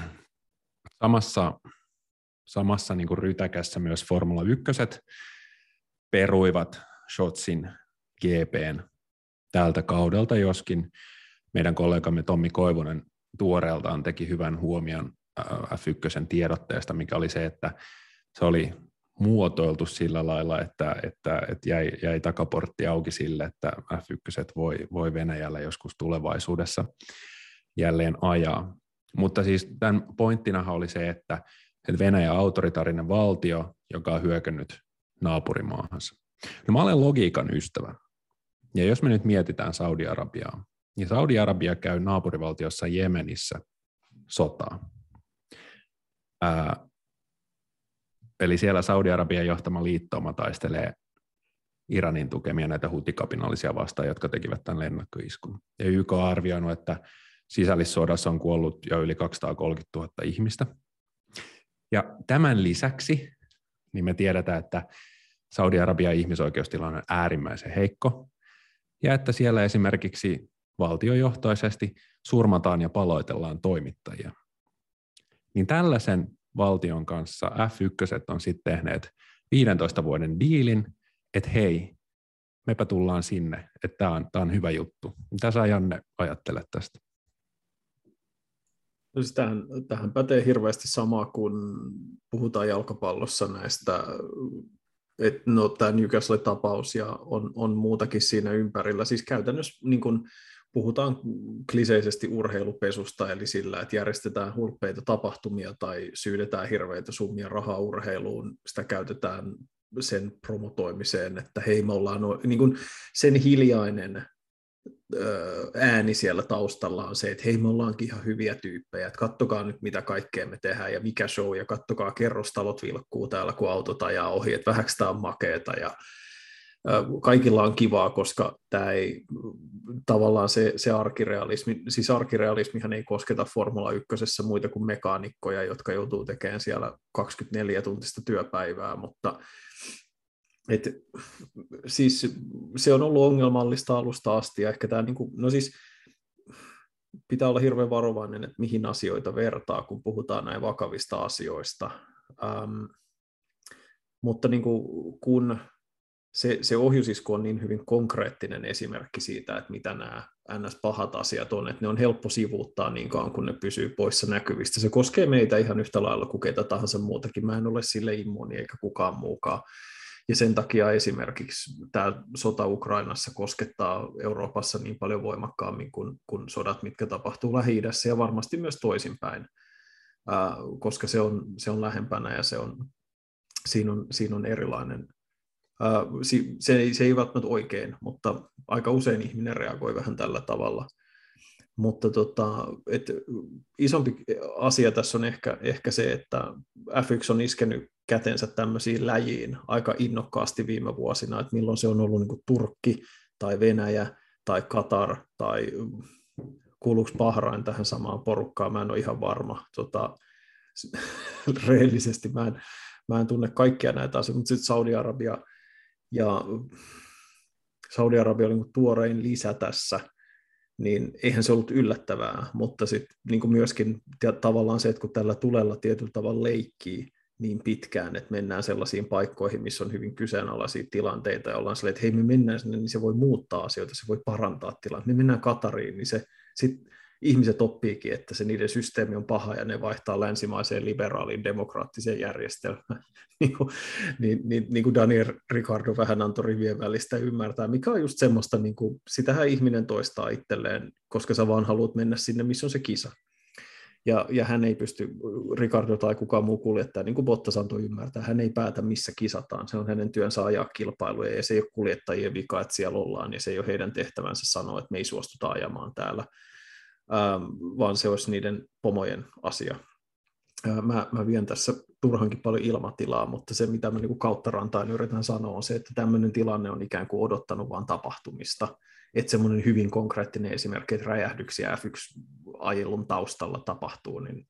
samassa, samassa niin kuin rytäkässä myös Formula yksi peruivat Shotsin G P:n tältä kaudelta, joskin meidän kollegamme Tommi Koivunen tuoreeltaan teki hyvän huomion F yksi tiedotteesta, mikä oli se, että se oli muotoiltu sillä lailla, että, että, että jäi, jäi takaportti auki sille, että F yksi voi, voi Venäjällä joskus tulevaisuudessa jälleen ajaa. Mutta siis tämän pointtinahan oli se, että, että Venäjä on autoritaarinen valtio, joka on hyökännyt naapurimaahansa. No mä olen logiikan ystävä. Ja jos me nyt mietitään Saudi-Arabiaa, niin Saudi-Arabia käy naapurivaltiossa Jemenissä sotaa. Ää, eli siellä Saudi-Arabian johtama liittouma taistelee Iranin tukemia näitä huutikapinallisia vastaan, jotka tekivät tämän lennokki-iskun. Ja Y K on arvioinut, että sisällissodassa on kuollut jo yli kaksisataakolmekymmentätuhatta ihmistä. Ja tämän lisäksi niin me tiedetään, että Saudi-Arabian ihmisoikeustilanne on äärimmäisen heikko, ja että siellä esimerkiksi valtiojohtoisesti surmataan ja paloitellaan toimittajia. Niin tällaisen valtion kanssa F yksi on sitten tehneet viidentoista vuoden diilin, että hei, mepä tullaan sinne, että tämä on, tämä on hyvä juttu. Mitä sä, Janne, ajattelet tästä? No siis tähän, tähän pätee hirveästi samaa, kun puhutaan jalkapallossa näistä, että no tämä Newcastle-tapaus ja on, on muutakin siinä ympärillä. Siis käytännössä niin kun puhutaan kliseisesti urheilupesusta, eli sillä, että järjestetään hulppeita tapahtumia tai syydetään hirveitä summia rahaa urheiluun, sitä käytetään sen promotoimiseen, että hei, me ollaan no, niin kun sen hiljainen ääni siellä taustalla on se, että hei, me ollaankin ihan hyviä tyyppejä, että kattokaa nyt mitä kaikkea me tehdään ja mikä show, ja kattokaa kerrostalot vilkkuu täällä, kun autot ajaa ohi, että vähäksi tämä on makeeta, ja kaikilla on kivaa, koska tämä ei tavallaan se, se arkirealismi, siis arkirealismihan ei kosketa Formula ykkösessä muita kuin mekaanikkoja, jotka joutuu tekemään siellä kaksikymmentäneljä tuntista työpäivää, mutta et, siis se on ollut ongelmallista alusta asti, ja ehkä tämä, niin kuin, no siis pitää olla hirveän varovainen, että mihin asioita vertaa, kun puhutaan näin vakavista asioista, ähm, mutta niin kuin, kun se, se ohjusisku on niin hyvin konkreettinen esimerkki siitä, että mitä nämä ns. Pahat asiat on, että ne on helppo sivuuttaa niin kauan, kun ne pysyy poissa näkyvistä. Se koskee meitä ihan yhtä lailla kuin ketä tahansa muutakin. Mä en ole sille immuuni eikä kukaan muukaan. Ja sen takia esimerkiksi tämä sota Ukrainassa koskettaa Euroopassa niin paljon voimakkaammin kuin, kuin sodat, mitkä tapahtuu Lähi-idässä, ja varmasti myös toisinpäin, ää, koska se on, se on lähempänä ja se on, siinä, on, siinä on erilainen. Ää, se, ei, se ei välttämättä oikein, mutta aika usein ihminen reagoi vähän tällä tavalla. Mutta tota, et isompi asia tässä on ehkä, ehkä se, että F yksi on iskenyt kätensä tämmöisiin läjiin aika innokkaasti viime vuosina, että milloin se on ollut niin kuin Turkki tai Venäjä tai Katar tai kuuluuko Bahrain tähän samaan porukkaan, mä en ole ihan varma. Tota, rehellisesti mä en, mä en tunne kaikkia näitä asioita, mutta sitten Saudi-Arabia ja Saudi-Arabia oli niin tuorein lisä tässä, niin eihän se ollut yllättävää, mutta sitten niin myöskin tavallaan se, että kun tällä tulella tietyllä tavalla leikkii niin pitkään, että mennään sellaisiin paikkoihin, missä on hyvin kyseenalaisia tilanteita, ja ollaan silleen, että hei, me mennään sinne, niin se voi muuttaa asioita, se voi parantaa tilannetta. Me mennään Katariin, niin se sitten ihmiset oppiikin, että se niiden systeemi on paha, ja ne vaihtaa länsimaiseen liberaaliin demokraattiseen järjestelmään. niin, kuin, niin, niin, niin kuin Daniel Ricardo vähän antoi rivien välistä ymmärtää, mikä on just semmoista, niin kuin, sitähän ihminen toistaa itselleen, koska sä vaan haluat mennä sinne, missä on se kisa. Ja, ja hän ei pysty, Ricardo tai kukaan muu kuljettaja, niin kuin Bottas antoi ymmärtää, hän ei päätä, missä kisataan. Se on hänen työnsä ajaa kilpailuja, ja se ei ole kuljettajien vika, että siellä ollaan, ja se ei ole heidän tehtävänsä sanoa, että me ei suostuta ajamaan täällä, ähm, vaan se olisi niiden pomojen asia. Äh, mä, mä vien tässä turhankin paljon ilmatilaa, mutta se, mitä mä niin kuin kautta rantain yritän sanoa, on se, että tämmöinen tilanne on ikään kuin odottanut vaan tapahtumista. Että semmoinen hyvin konkreettinen esimerkki, että räjähdyksiä F yksi ajelun taustalla tapahtuu, niin,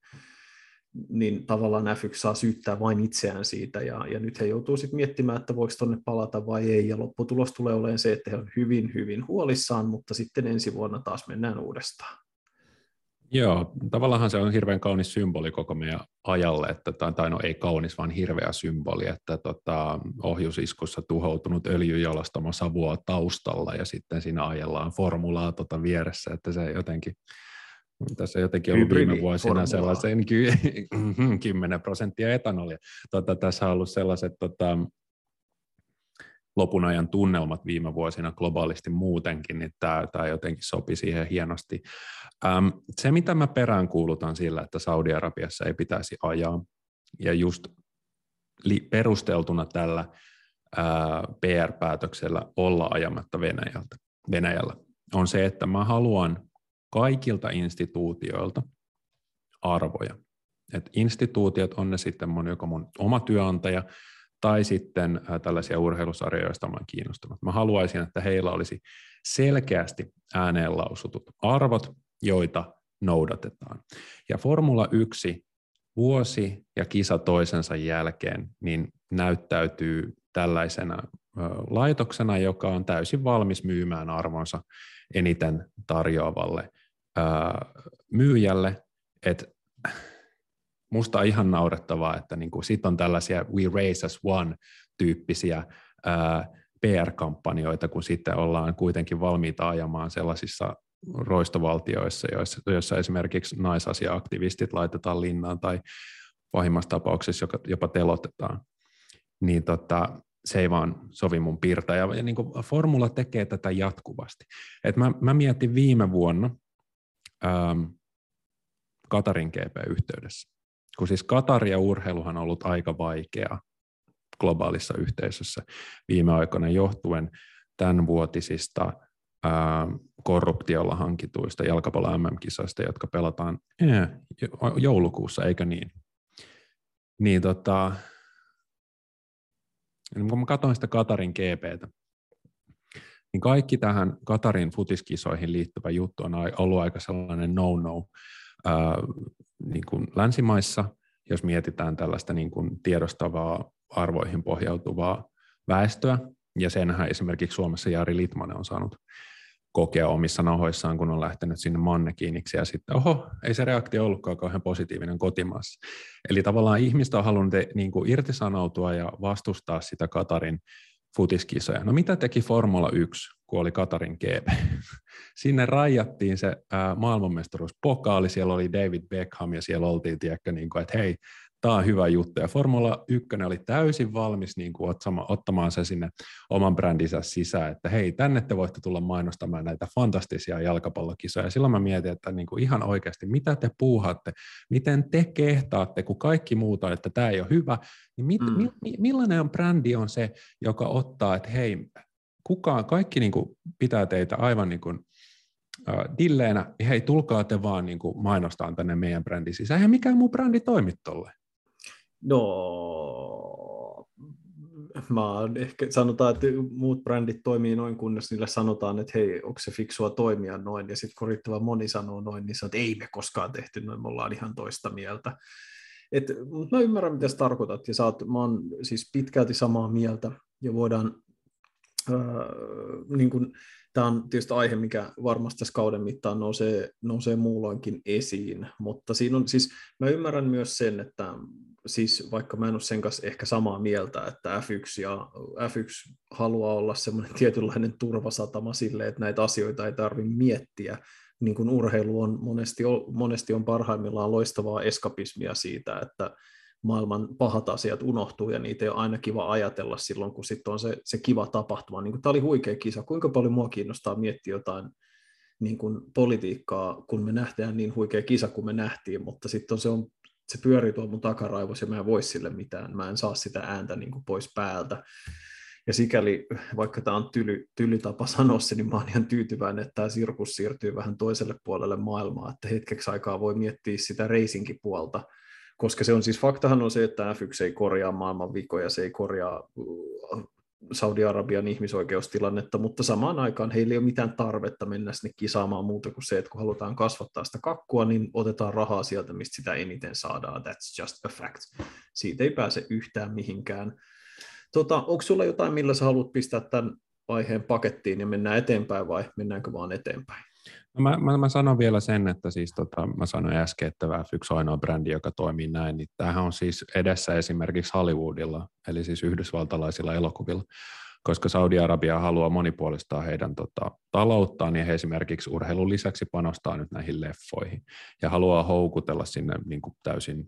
niin tavallaan F yksi saa syyttää vain itseään siitä, ja, ja nyt he joutuu sitten miettimään, että voiko tuonne palata vai ei, ja lopputulos tulee olemaan se, että he on hyvin, hyvin huolissaan, mutta sitten ensi vuonna taas mennään uudestaan. Joo, tavallaan se on hirveän kaunis symboli koko meidän ajalle, että, tai no ei kaunis, vaan hirveä symboli, että tota, ohjusiskussa tuhoutunut öljyjalostamo savuaa taustalla ja sitten siinä ajellaan formulaa tota vieressä, että se jotenkin, tässä jotenkin ollut viime vuosina sellaisen kymmenen prosenttia etanolia. Tota, tässä on ollut sellaiset tota, lopun ajan tunnelmat viime vuosina globaalisti muutenkin, niin tämä, tämä jotenkin sopi siihen hienosti. Ähm, se, mitä mä peräänkuulutan sillä, että Saudi-Arabiassa ei pitäisi ajaa, ja just li- perusteltuna tällä ää, P R-päätöksellä olla ajamatta Venäjältä, Venäjällä, on se, että mä haluan kaikilta instituutioilta arvoja. Et instituutiot on ne sitten mun, joko mun oma työnantaja, tai sitten ä, tällaisia urheilusarjoja, joista olen kiinnostunut. Mä haluaisin, että heillä olisi selkeästi ääneen lausutut arvot, joita noudatetaan. Ja Formula yksi vuosi ja kisa toisensa jälkeen niin näyttäytyy tällaisena ä, laitoksena, joka on täysin valmis myymään arvonsa eniten tarjoavalle ä, myyjälle, että musta on ihan naurettavaa, että niinku sit on tällaisia We Race as One-tyyppisiä ää, P R-kampanjoita, kun sitten ollaan kuitenkin valmiita ajamaan sellaisissa roistovaltioissa, joissa, joissa esimerkiksi naisasia-aktivistit laitetaan linnaan tai pahimmassa tapauksessa jopa telotetaan. Niin tota, se ei vaan sovi mun piirtä. Ja, ja niin kuin Formula tekee tätä jatkuvasti. Et mä, mä mietin viime vuonna ähm, Katarin G P-yhteydessä. Kun siis Katar ja urheiluhan on ollut aika vaikea globaalissa yhteisössä viime aikoina johtuen tämänvuotisista ää, korruptiolla hankituista jalkapallon M M-kisoista, jotka pelataan eh, joulukuussa, eikö niin? Niin tota, kun mä katsoin sitä Katarin G P:tä, niin kaikki tähän Katarin futiskisoihin liittyvä juttu on ollut aika sellainen no-no, ää, niin kuin länsimaissa, jos mietitään tällaista niin kuin tiedostavaa, arvoihin pohjautuvaa väestöä, ja senhän esimerkiksi Suomessa Jari Litmanen on saanut kokea omissa nahoissaan, kun on lähtenyt sinne mannekiiniksi, ja sitten oho, ei se reaktio ollutkaan kauhean positiivinen kotimaassa. Eli tavallaan ihmistä on halunnut niin kuin irtisanoutua ja vastustaa sitä Katarin futiskisoja. No mitä teki Formula yksi, kun oli Katarin G P? Sinne rajattiin se ää, maailmanmestaruuspokaali, siellä oli David Beckham ja siellä oltiin, tiedäkö, niin kuin, että hei, tämä on hyvä juttu. Ja Formula yksi oli täysin valmis niin kuin, ottamaan se sinne oman brändinsä sisään, että hei, tänne te voitte tulla mainostamaan näitä fantastisia jalkapallokisoja. Silloin mä mietin, että niin kuin ihan oikeasti, mitä te puuhaatte, miten te kehtaatte, kun kaikki muuta, että tämä ei ole hyvä, niin mit, mm. mi, millainen on brändi on se, joka ottaa, että hei, kukaan, kaikki niin kuin pitää teitä aivan niin kuin uh, dilleenä, hei tulkaa te vaan niin kuin mainostaan tänne meidän brändin sisään, eihän mikään muu brändi toimi tolle. No, mä ehkä sanotaan, että muut brändit toimii noin, kunnes niille sanotaan, että hei, onko se fiksua toimia noin, ja sitten kun riittävän moni sanoo noin, niin sanoo, että ei me koskaan tehty noin, me ollaan ihan toista mieltä. Et, mutta mä ymmärrän, mitä sä tarkoitat, ja sä oot, mä oon siis pitkälti samaa mieltä, ja voidaan, äh, niin kun, tämä on tietysti aihe, mikä varmasti tässä kauden mittaan nousee, nousee muulloinkin esiin, mutta siinä on, siis mä ymmärrän myös sen, että siis vaikka mä en ole sen kanssa ehkä samaa mieltä, että F yksi, ja F yksi haluaa olla semmoinen tietynlainen turvasatama sille, että näitä asioita ei tarvitse miettiä, niin kuin urheilu on monesti, monesti on parhaimmillaan loistavaa eskapismia siitä, että maailman pahat asiat unohtuu ja niitä ei ole aina kiva ajatella silloin, kun sitten on se, se kiva tapahtuma. Niin tämä oli huikea kisa. Kuinka paljon mua kiinnostaa miettiä jotain niin kuin politiikkaa, kun me nähdään niin huikea kisa, kun me nähtiin, mutta sitten se, on, se pyörii tuolla mun takaraivossa ja mä en voi sille mitään. Mä en saa sitä ääntä niin kuin pois päältä. Ja sikäli, vaikka tämä on tyly, tyly tapa sanoa se, niin mä oon ihan tyytyväinen, että tämä sirkus siirtyy vähän toiselle puolelle maailmaa, että hetkeksi aikaa voi miettiä sitä racing-puolta, koska se on siis, faktahan on se, että F yksi ei korjaa maailman vikoja, se ei korjaa Saudi-Arabian ihmisoikeustilannetta, mutta samaan aikaan heillä ei ole mitään tarvetta mennä sinne kisaamaan muuta kuin se, että kun halutaan kasvattaa sitä kakkua, niin otetaan rahaa sieltä, mistä sitä eniten saadaan. That's just a fact. Siitä ei pääse yhtään mihinkään. Tota, onko sulla jotain, millä sä haluat pistää tämän aiheen pakettiin ja mennään eteenpäin vai mennäänkö vaan eteenpäin? No mä, mä, mä sanon vielä sen, että siis tota, mä sanoin äsken, että F yksi on ainoa brändi, joka toimii näin, niin tämähän on siis edessä esimerkiksi Hollywoodilla, eli siis yhdysvaltalaisilla elokuvilla, koska Saudi-Arabia haluaa monipuolistaa heidän tota, talouttaan, ja he esimerkiksi urheilun lisäksi panostaa nyt näihin leffoihin, ja haluaa houkutella sinne niin kuin täysin,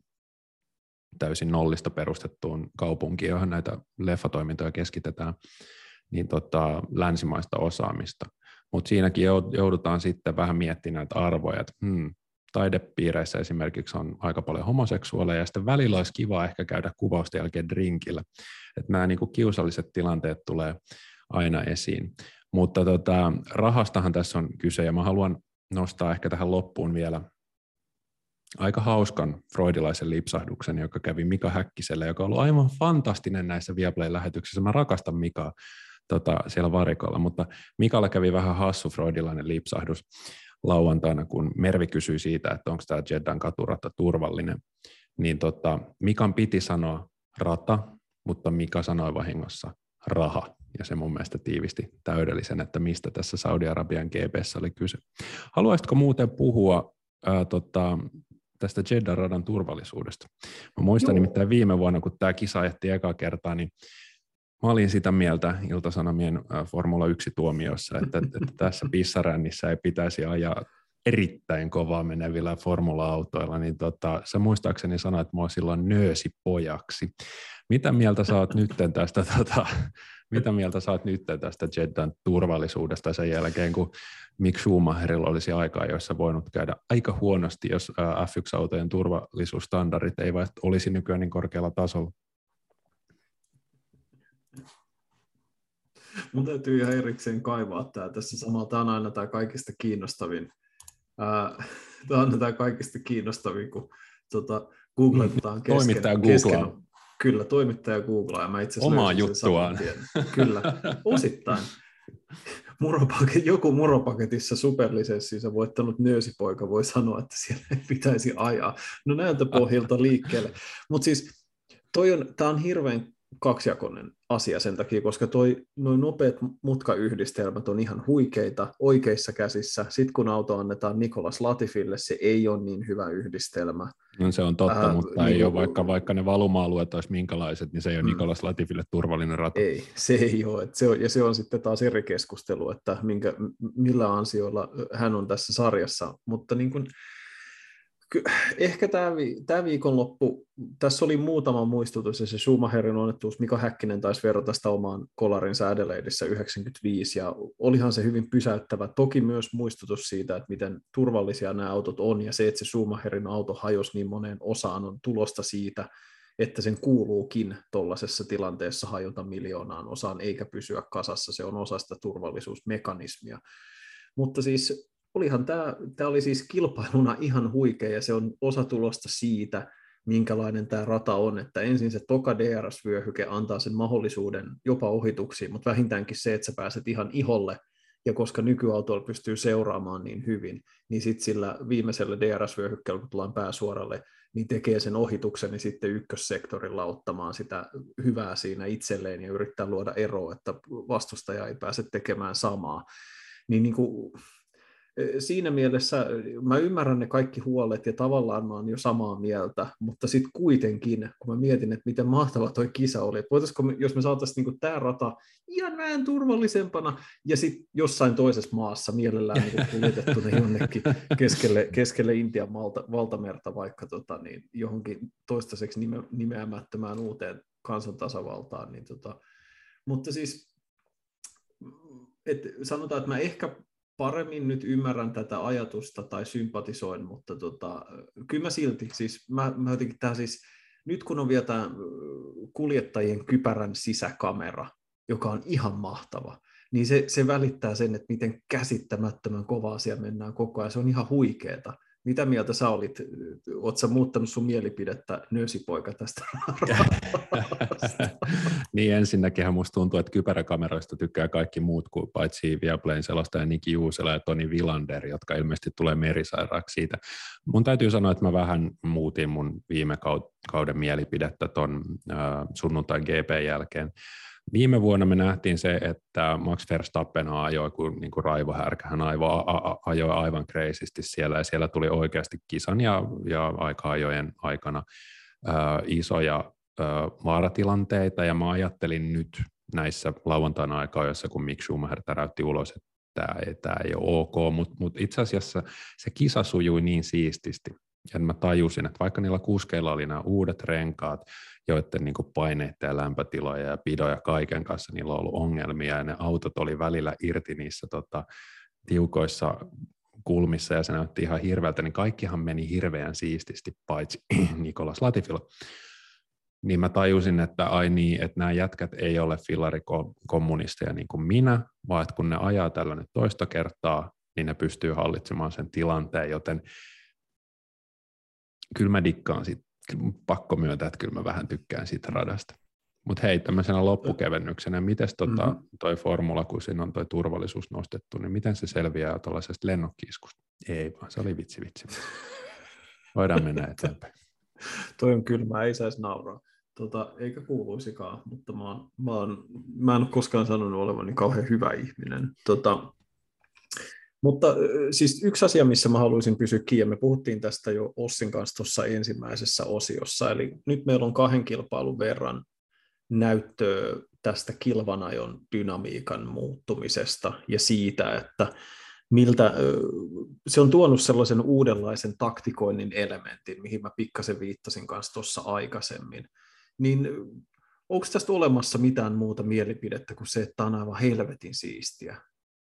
täysin nollista perustettuun kaupunkiin, johon näitä leffatoimintoja keskitetään, niin tota, länsimaista osaamista. Mutta siinäkin joudutaan sitten vähän miettimään näitä arvoja, että hmm, taidepiireissä esimerkiksi on aika paljon homoseksuaaleja, ja sitten välillä olisi kiva ehkä käydä kuvausten jälkeen drinkillä. Että nämä niinku kiusalliset tilanteet tulee aina esiin. Mutta tota, rahastahan tässä on kyse, ja mä haluan nostaa ehkä tähän loppuun vielä aika hauskan freudilaisen lipsahduksen, joka kävi Mika Häkkiselle, joka on ollut aivan fantastinen näissä Viaplay-lähetyksissä. Mä rakastan Mikaa. Tota, siellä varikolla, mutta Mikalla kävi vähän hassu freudilainen lipsahdus lauantaina, kun Mervi kysyi siitä, että onko tämä Jeddan katurata turvallinen, niin tota, Mikan piti sanoa rata, mutta Mika sanoi vahingossa raha, ja se mun mielestä tiivisti täydellisen, että mistä tässä Saudi-Arabian G P:ssä oli kyse. Haluaisitko muuten puhua ää, tota, tästä Jeddan radan turvallisuudesta? Mä muistan Joo. nimittäin viime vuonna, kun tämä kisa ajettiin eka kertaa, niin mä olin sitä mieltä Ilta-Sanomien Formula yksi-tuomiossa, että, että tässä pissarännissä ei pitäisi ajaa erittäin kovaa menevillä formula-autoilla, niin tota, sä muistaakseni sanoit, että mä oon silloin nöösi pojaksi. Mitä mieltä sä oot nytten tästä, tota, mitä mieltä sä oot nytten tästä Jeddan turvallisuudesta sen jälkeen, kun Mick Schumacherilla olisi aikaa, jossa voinut käydä aika huonosti, jos F yksi-autojen turvallisuusstandardit eivät olisi nykyään niin korkealla tasolla? Mun täytyy ihan erikseen kaivaa tämä tässä samalla. Tämä on aina tämä kaikista kiinnostavin. Ää, tämä on aina tämä kaikista kiinnostavin, kun tuota, googletetaan kesken. Toimittaja kesken, googlaa. Kyllä, toimittaja googlaa. Ja mä itse asiassa omaa juttuaan. Kyllä, osittain. Muropaket, joku muropaketissa superlisenssissä voittanut nöösipoika voi sanoa, että siellä ei pitäisi ajaa. No näiltä pohjilta liikkeelle. Mutta siis toi on, tämä on hirveän kaksijakoinen asia sen takia, koska toi, noin nopeat mutkayhdistelmät on ihan huikeita oikeissa käsissä. Sitten kun auto annetaan Nicolas Latifille, se ei ole niin hyvä yhdistelmä. No se on totta, äh, mutta niin, ei ole, vaikka, vaikka ne valuma-alueet olisi minkälaiset, niin se ei ole mm, Nicolas Latifille turvallinen rata. Ei, se ei ole. Se on, ja se on sitten taas eri keskustelu, että minkä, millä ansioilla hän on tässä sarjassa. Mutta niin kuin, ehkä tämä, tämä viikonloppu, tässä oli muutama muistutus, ja se Schumacherin onnettuus, Mika Häkkinen taisi verrata sitä omaan kolarinsa Adelaideissa yhdeksänkymmentäviisi, ja olihan se hyvin pysäyttävä. Toki myös muistutus siitä, että miten turvallisia nämä autot on, ja se, että se Schumacherin auto hajosi niin moneen osaan, on tulosta siitä, että sen kuuluukin tuollaisessa tilanteessa hajota miljoonaan osaan, eikä pysyä kasassa. Se on osa sitä turvallisuusmekanismia. Mutta siis olihan tämä, tämä oli siis kilpailuna ihan huikea, ja se on osa tulosta siitä, minkälainen tämä rata on, että ensin se toka D R S-vyöhyke antaa sen mahdollisuuden jopa ohituksiin, mutta vähintäänkin se, että sä pääset ihan iholle, ja koska nykyautoilla pystyy seuraamaan niin hyvin, niin sitten sillä viimeisellä D R S-vyöhykkeellä, kun tullaan pääsuoralle, niin tekee sen ohituksen, niin sitten ykkössektorilla ottamaan sitä hyvää siinä itselleen ja yrittää luoda eroa, että vastustaja ei pääse tekemään samaa. Niin, niin kuin, siinä mielessä mä ymmärrän ne kaikki huolet ja tavallaan mä oon jo samaa mieltä, mutta sitten kuitenkin, kun mä mietin, että miten mahtava toi kisa oli, että voitaisiko me, jos me saataisiin niin tämä rata ihan vähän turvallisempana ja sitten jossain toisessa maassa mielellään niin kuljetettuna jonnekin keskelle, keskelle Intian malta, valtamerta vaikka tota, niin johonkin toistaiseksi nime, nimeämättömään uuteen kansantasavaltaan. Niin tota, mutta siis et sanotaan, että mä ehkä paremmin nyt ymmärrän tätä ajatusta tai sympatisoin, mutta tota, kyllä mä silti, siis mä, mä jotenkin tää siis, nyt kun on vielä tämä kuljettajien kypärän sisäkamera, joka on ihan mahtava, niin se, se välittää sen, että miten käsittämättömän kovaa siellä mennään koko ajan, se on ihan huikeeta. Mitä mieltä sä olit? Oletko sä muuttanut sun mielipidettä, nöösipoika, tästä Niin ensinnäkinhän musta tuntuu, että kypäräkameroista tykkää kaikki muut kuin paitsi Viaplayn selostaja Niki Juusela ja Toni Vilander, jotka ilmeisesti tulee merisairaaksi siitä. Mun täytyy sanoa, että mä vähän muutin mun viime kauden mielipidettä ton äh, sunnuntain G P jälkeen. Viime vuonna me nähtiin se, että Max Verstappen ajoi kuin, niin kuin raivohärkä, hän aivo, a, ajoi aivan kreisisti siellä, ja siellä tuli oikeasti kisan ja, ja aika-ajojen aikana ää, isoja ää, vaaratilanteita, ja mä ajattelin nyt näissä lauantaina aika-ajoissa, kun Mick Schumacher täräytti ulos, että tämä ei, tämä ei ole ok, mutta mut itse asiassa se kisa sujui niin siististi, ja mä tajusin, että vaikka niillä kuskeilla oli nämä uudet renkaat, joiden niin kuin paineiden ja lämpötiloja ja pidoja kaiken kanssa, niillä on ollut ongelmia, ja ne autot oli välillä irti niissä tota, tiukoissa kulmissa, ja se näytti ihan hirveältä, niin kaikkihan meni hirveän siististi, paitsi Nicolas Latifilla. Niin mä tajusin, että ai niin, että nämä jätkät ei ole fillarikommunisteja niin kuin minä, vaan että kun ne ajaa tällä nyt toista kertaa, niin ne pystyy hallitsemaan sen tilanteen, joten kyllä mä dikkaan siitä. Pakko myöntää, että kyllä mä vähän tykkään siitä radasta. Mutta hei, tämmöisenä loppukevennyksenä, miten tota, mm-hmm. toi formula, kun siinä on toi turvallisuus nostettu, niin miten se selviää tuollaisesta lennokkiiskusta? Ei vaan, se oli vitsi vitsi. Voidaan mennä eteenpäin. Toi on kylmä, ei saisi nauraa. Tota, eikä kuuluisikaan, mutta mä, oon, mä, oon, mä en ole koskaan sanonut olevani kauhean hyvä ihminen. Tota, Mutta siis yksi asia, missä mä haluaisin pysyä kiinni, ja me puhuttiin tästä jo Ossin kanssa tuossa ensimmäisessä osiossa, eli nyt meillä on kahden kilpailun verran näyttöä tästä kilvanajon dynamiikan muuttumisesta ja siitä, että miltä se on tuonut sellaisen uudenlaisen taktikoinnin elementin, mihin mä pikkasen viittasin kanssa tuossa aikaisemmin, niin onko tästä olemassa mitään muuta mielipidettä kuin se, että tämä on aivan helvetin siistiä?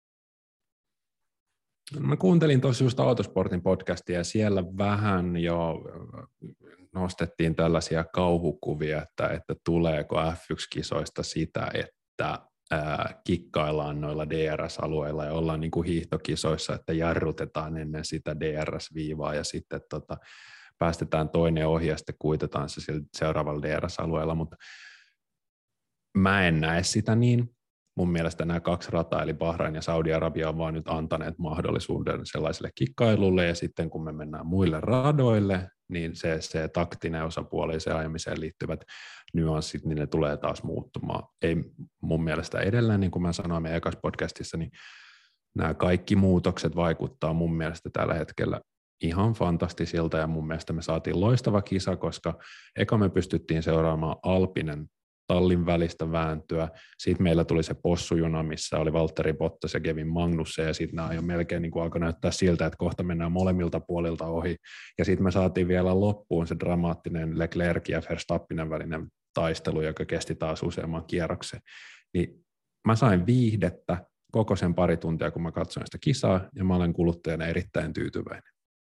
Mä kuuntelin tuossa just Autosportin podcastia, ja siellä vähän jo nostettiin tällaisia kauhukuvia, että, että tuleeko F yksi -kisoista sitä, että ää, kikkaillaan noilla D R S-alueilla ja ollaan niin kuin hiihtokisoissa, että jarrutetaan ennen sitä D R S-viivaa ja sitten tota, päästetään toinen ohi ja sitten kuitetaan se seuraavalla D R S-alueella, mutta mä en näe sitä niin. Mun mielestä nämä kaksi rataa, eli Bahrain ja Saudi-Arabia, on vaan nyt antaneet mahdollisuuden sellaiselle kikkailulle, ja sitten kun me mennään muille radoille, niin se, se taktinen osapuoli ja se ajamiseen liittyvät nyanssit, niin ne tulee taas muuttumaan. Ei mun mielestä edelleen, niin kuin mä sanoin meidän ekassa podcastissa, niin nämä kaikki muutokset vaikuttaa mun mielestä tällä hetkellä ihan fantastisilta, ja mun mielestä me saatiin loistava kisa, koska eka me pystyttiin seuraamaan Alpinen tallin välistä vääntöä. Sitten meillä tuli se possujuna, missä oli Valtteri Bottas ja Kevin Magnussen, ja sitten nämä jo melkein niin kuin alkoi näyttää siltä, että kohta mennään molemmilta puolilta ohi. Ja sitten me saatiin vielä loppuun se dramaattinen Leclerc ja Verstappinen välinen taistelu, joka kesti taas useamman kierroksen. Niin mä sain viihdettä koko sen pari tuntia, kun mä katsoin sitä kisaa, ja mä olen kuluttajana erittäin tyytyväinen.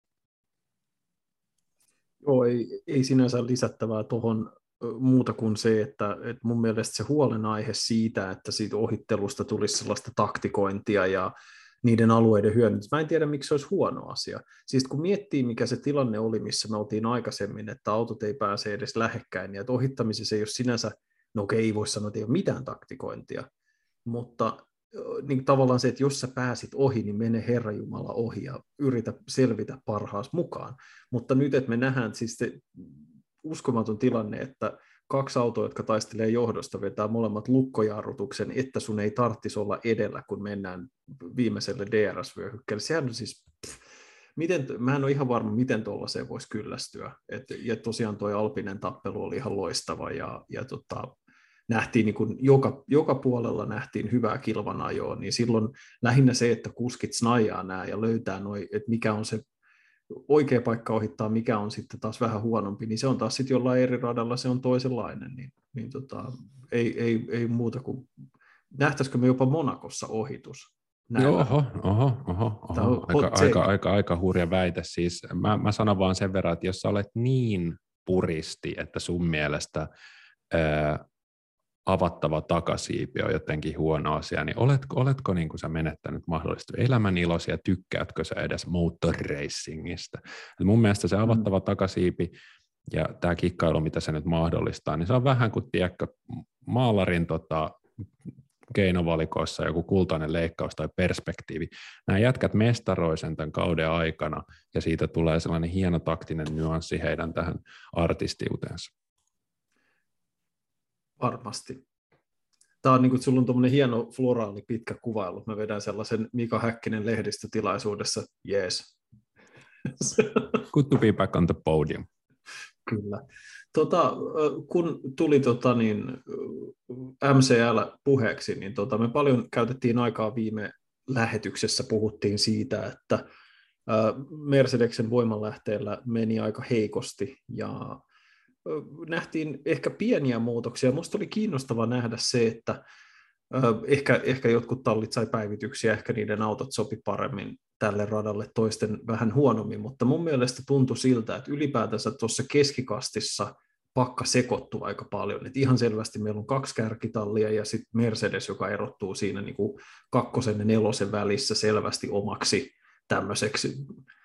Joo, ei, ei sinänsä lisättävää tuohon muuta kuin se, että, että mun mielestä se huolenaihe siitä, että siitä ohittelusta tulisi sellaista taktikointia ja niiden alueiden hyödyntämistä. Mä en tiedä, miksi se olisi huono asia. Siis kun miettii, mikä se tilanne oli, missä me oltiin aikaisemmin, että autot ei pääse edes lähekkäin, ja että ohittamisessa ei ole sinänsä, no okei, ei voi sanoa, että ei ole mitään taktikointia, mutta niin tavallaan se, että jos sä pääsit ohi, niin mene Herranjumala ohi ja yritä selvitä parhaas mukaan. Mutta nyt, että me nähdään siis se uskomaton tilanne, että kaksi autoa, jotka taistelee johdosta, vetää molemmat lukkojarrutuksen, että sun ei tarvitsisi olla edellä, kun mennään viimeiselle D R S-vyöhykkeelle. Sehän on siis, pff, miten, mä en ole ihan varma, miten tuollaiseen voisi kyllästyä. Et, ja tosiaan tuo Alpinen tappelu oli ihan loistava, ja, ja tota, nähtiin niin kuin joka, joka puolella nähtiin hyvää kilvanajoa, niin silloin lähinnä se, että kuskit snajaa nämä ja löytää noi, että mikä on se oikea paikka ohittaa, mikä on sitten taas vähän huonompi, niin se on taas sitten jollain eri radalla, se on toisenlainen, niin, niin tota, ei, ei, ei muuta kuin, nähtäisikö me jopa Monakossa ohitus? Joo, oho, oho, oho, oho. Aika, aika, aika, aika hurja väite. Siis mä, mä sanon vaan sen verran, että jos sä olet niin puristi, että sun mielestä ää, avattava takasiipi on jotenkin huono asia, niin oletko, oletko niin kuin sä menettänyt mahdollisesti elämän iloisia, tykkäätkö sä edes motorracingista? Et mun mielestä se avattava mm. takasiipi ja tämä kikkailu, mitä se nyt mahdollistaa, niin se on vähän kuin tiedätkö, maalarin tota, keinovalikoissa joku kultainen leikkaus tai perspektiivi. Nämä jätkät mestaroi sen tämän kauden aikana ja siitä tulee sellainen hieno taktinen nyanssi heidän tähän artistiuteensa. Varmasti. Tämä on niin kuin, sulla on tuommoinen hieno floraali pitkä kuvailu. Mä vedän sellaisen Mika Häkkinen lehdistötilaisuudessa. Jees. Good to be back on the podium. Kyllä. Tota, kun tuli tota, niin, M C L puheeksi, niin tota, me paljon käytettiin aikaa viime lähetyksessä, puhuttiin siitä, että Mercedesen voimanlähteellä meni aika heikosti ja nähtiin ehkä pieniä muutoksia. Minusta oli kiinnostava nähdä se, että ehkä, ehkä jotkut tallit sai päivityksiä, ehkä niiden autot sopi paremmin tälle radalle, toisten vähän huonommin, mutta mun mielestä tuntui siltä, että ylipäätänsä tuossa keskikastissa pakka sekoittuu aika paljon. Et ihan selvästi meillä on kaksi kärkitallia ja sitten Mercedes, joka erottuu siinä niin kuin kakkosen ja nelosen välissä selvästi omaksi tämmöiseksi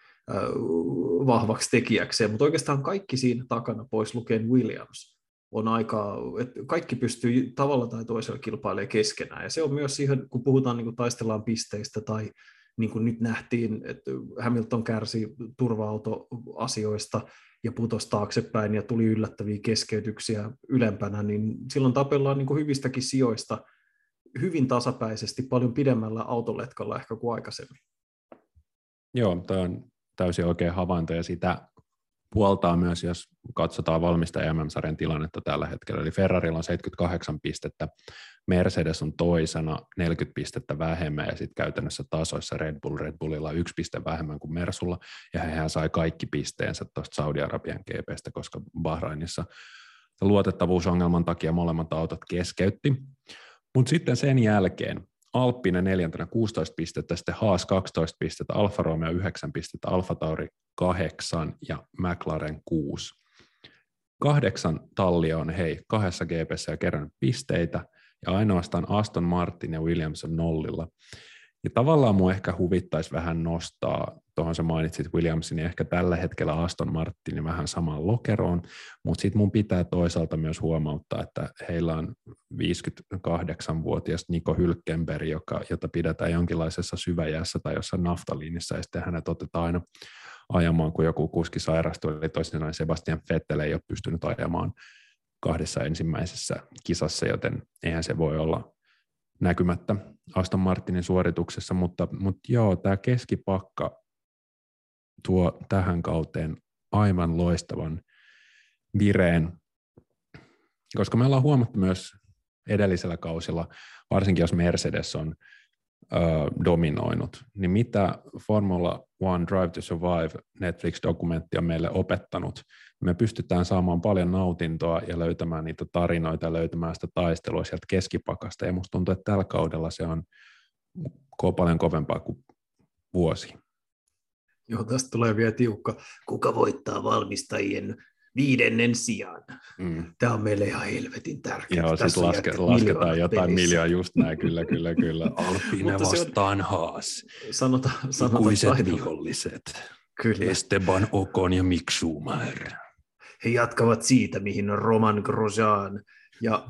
vahvaksi tekijäkseen, mutta oikeastaan kaikki siinä takana pois lukien Williams on aika, että kaikki pystyy tavalla tai toisella kilpailemaan keskenään, ja se on myös siihen, kun puhutaan, niin kuin taistellaan pisteistä, tai niin kuin nyt nähtiin, että Hamilton kärsi turva-autoasioista ja putosi taaksepäin ja tuli yllättäviä keskeytyksiä ylempänä, niin silloin tapellaan niin kuin hyvistäkin sijoista hyvin tasapäisesti, paljon pidemmällä autoletkalla ehkä kuin aikaisemmin. Joo, tämä on täysin oikea havainto, ja sitä puoltaa myös, jos katsotaan valmistaja M M-sarjan tilannetta tällä hetkellä. Eli Ferrarilla on seitsemänkymmentäkahdeksan pistettä, Mercedes on toisena neljäkymmentä pistettä vähemmän, ja sitten käytännössä tasoissa Red Bull, Red Bullilla yksi piste vähemmän kuin Mersulla, ja hehän sai kaikki pisteensä tuosta Saudi-Arabian G P:stä, koska Bahrainissa luotettavuusongelman takia molemmat autot keskeytti. Mutta sitten sen jälkeen Alppinen neljäntenä kuusitoista pistettä, sitten Haas kaksitoista pistettä, Alfa Romeo yhdeksän pistettä, Alfa Tauri kahdeksan ja McLaren kuusi. Kahdeksan tallia on hei kahdessa G P:ssä ja kerran pisteitä, ja ainoastaan Aston Martin ja Williams on nollilla. Ja tavallaan mun ehkä huvittaisi vähän nostaa, tuohon sä mainitsit Williamsin, niin ehkä tällä hetkellä Aston Martin vähän samaan lokeroon, mutta sitten mun pitää toisaalta myös huomauttaa, että heillä on viisikymmentäkahdeksanvuotias Nico Hülkenberg, joka, jota pidetään jonkinlaisessa syväjässä tai jossain naftaliinissa, ja sitten hänet otetaan aina ajamaan, kun joku kuski sairastuu, eli toisinaan Sebastian Vettel ei ole pystynyt ajamaan kahdessa ensimmäisessä kisassa, joten eihän se voi olla näkymättä Aston Martinin suorituksessa, mutta, mutta joo, tämä keskipakka tuo tähän kauteen aivan loistavan vireen, koska me ollaan huomattu myös edellisellä kausilla, varsinkin jos Mercedes on ö, dominoinut, niin mitä Formula One Drive to Survive Netflix-dokumentti on meille opettanut, me pystytään saamaan paljon nautintoa ja löytämään niitä tarinoita ja löytämään sitä taistelua sieltä keskipakasta, ja musta tuntuu, että tällä kaudella se on paljon kovempaa kuin vuosi. Joo, tästä tulee vielä tiukka. Kuka voittaa valmistajien viidennen sijaan. Mm. Tämä on meille ihan helvetin tärkeää. Joo, sitten laske, lasketaan jotain miljoonaa, just näin, kyllä, kyllä, kyllä. Alpine vastaan Haas. Sanota, sanota Ikuiset taitava. viholliset. Kyllä. Esteban Ocon ja Mick Schumacher. He jatkavat siitä, mihin Roman Grosjean ja...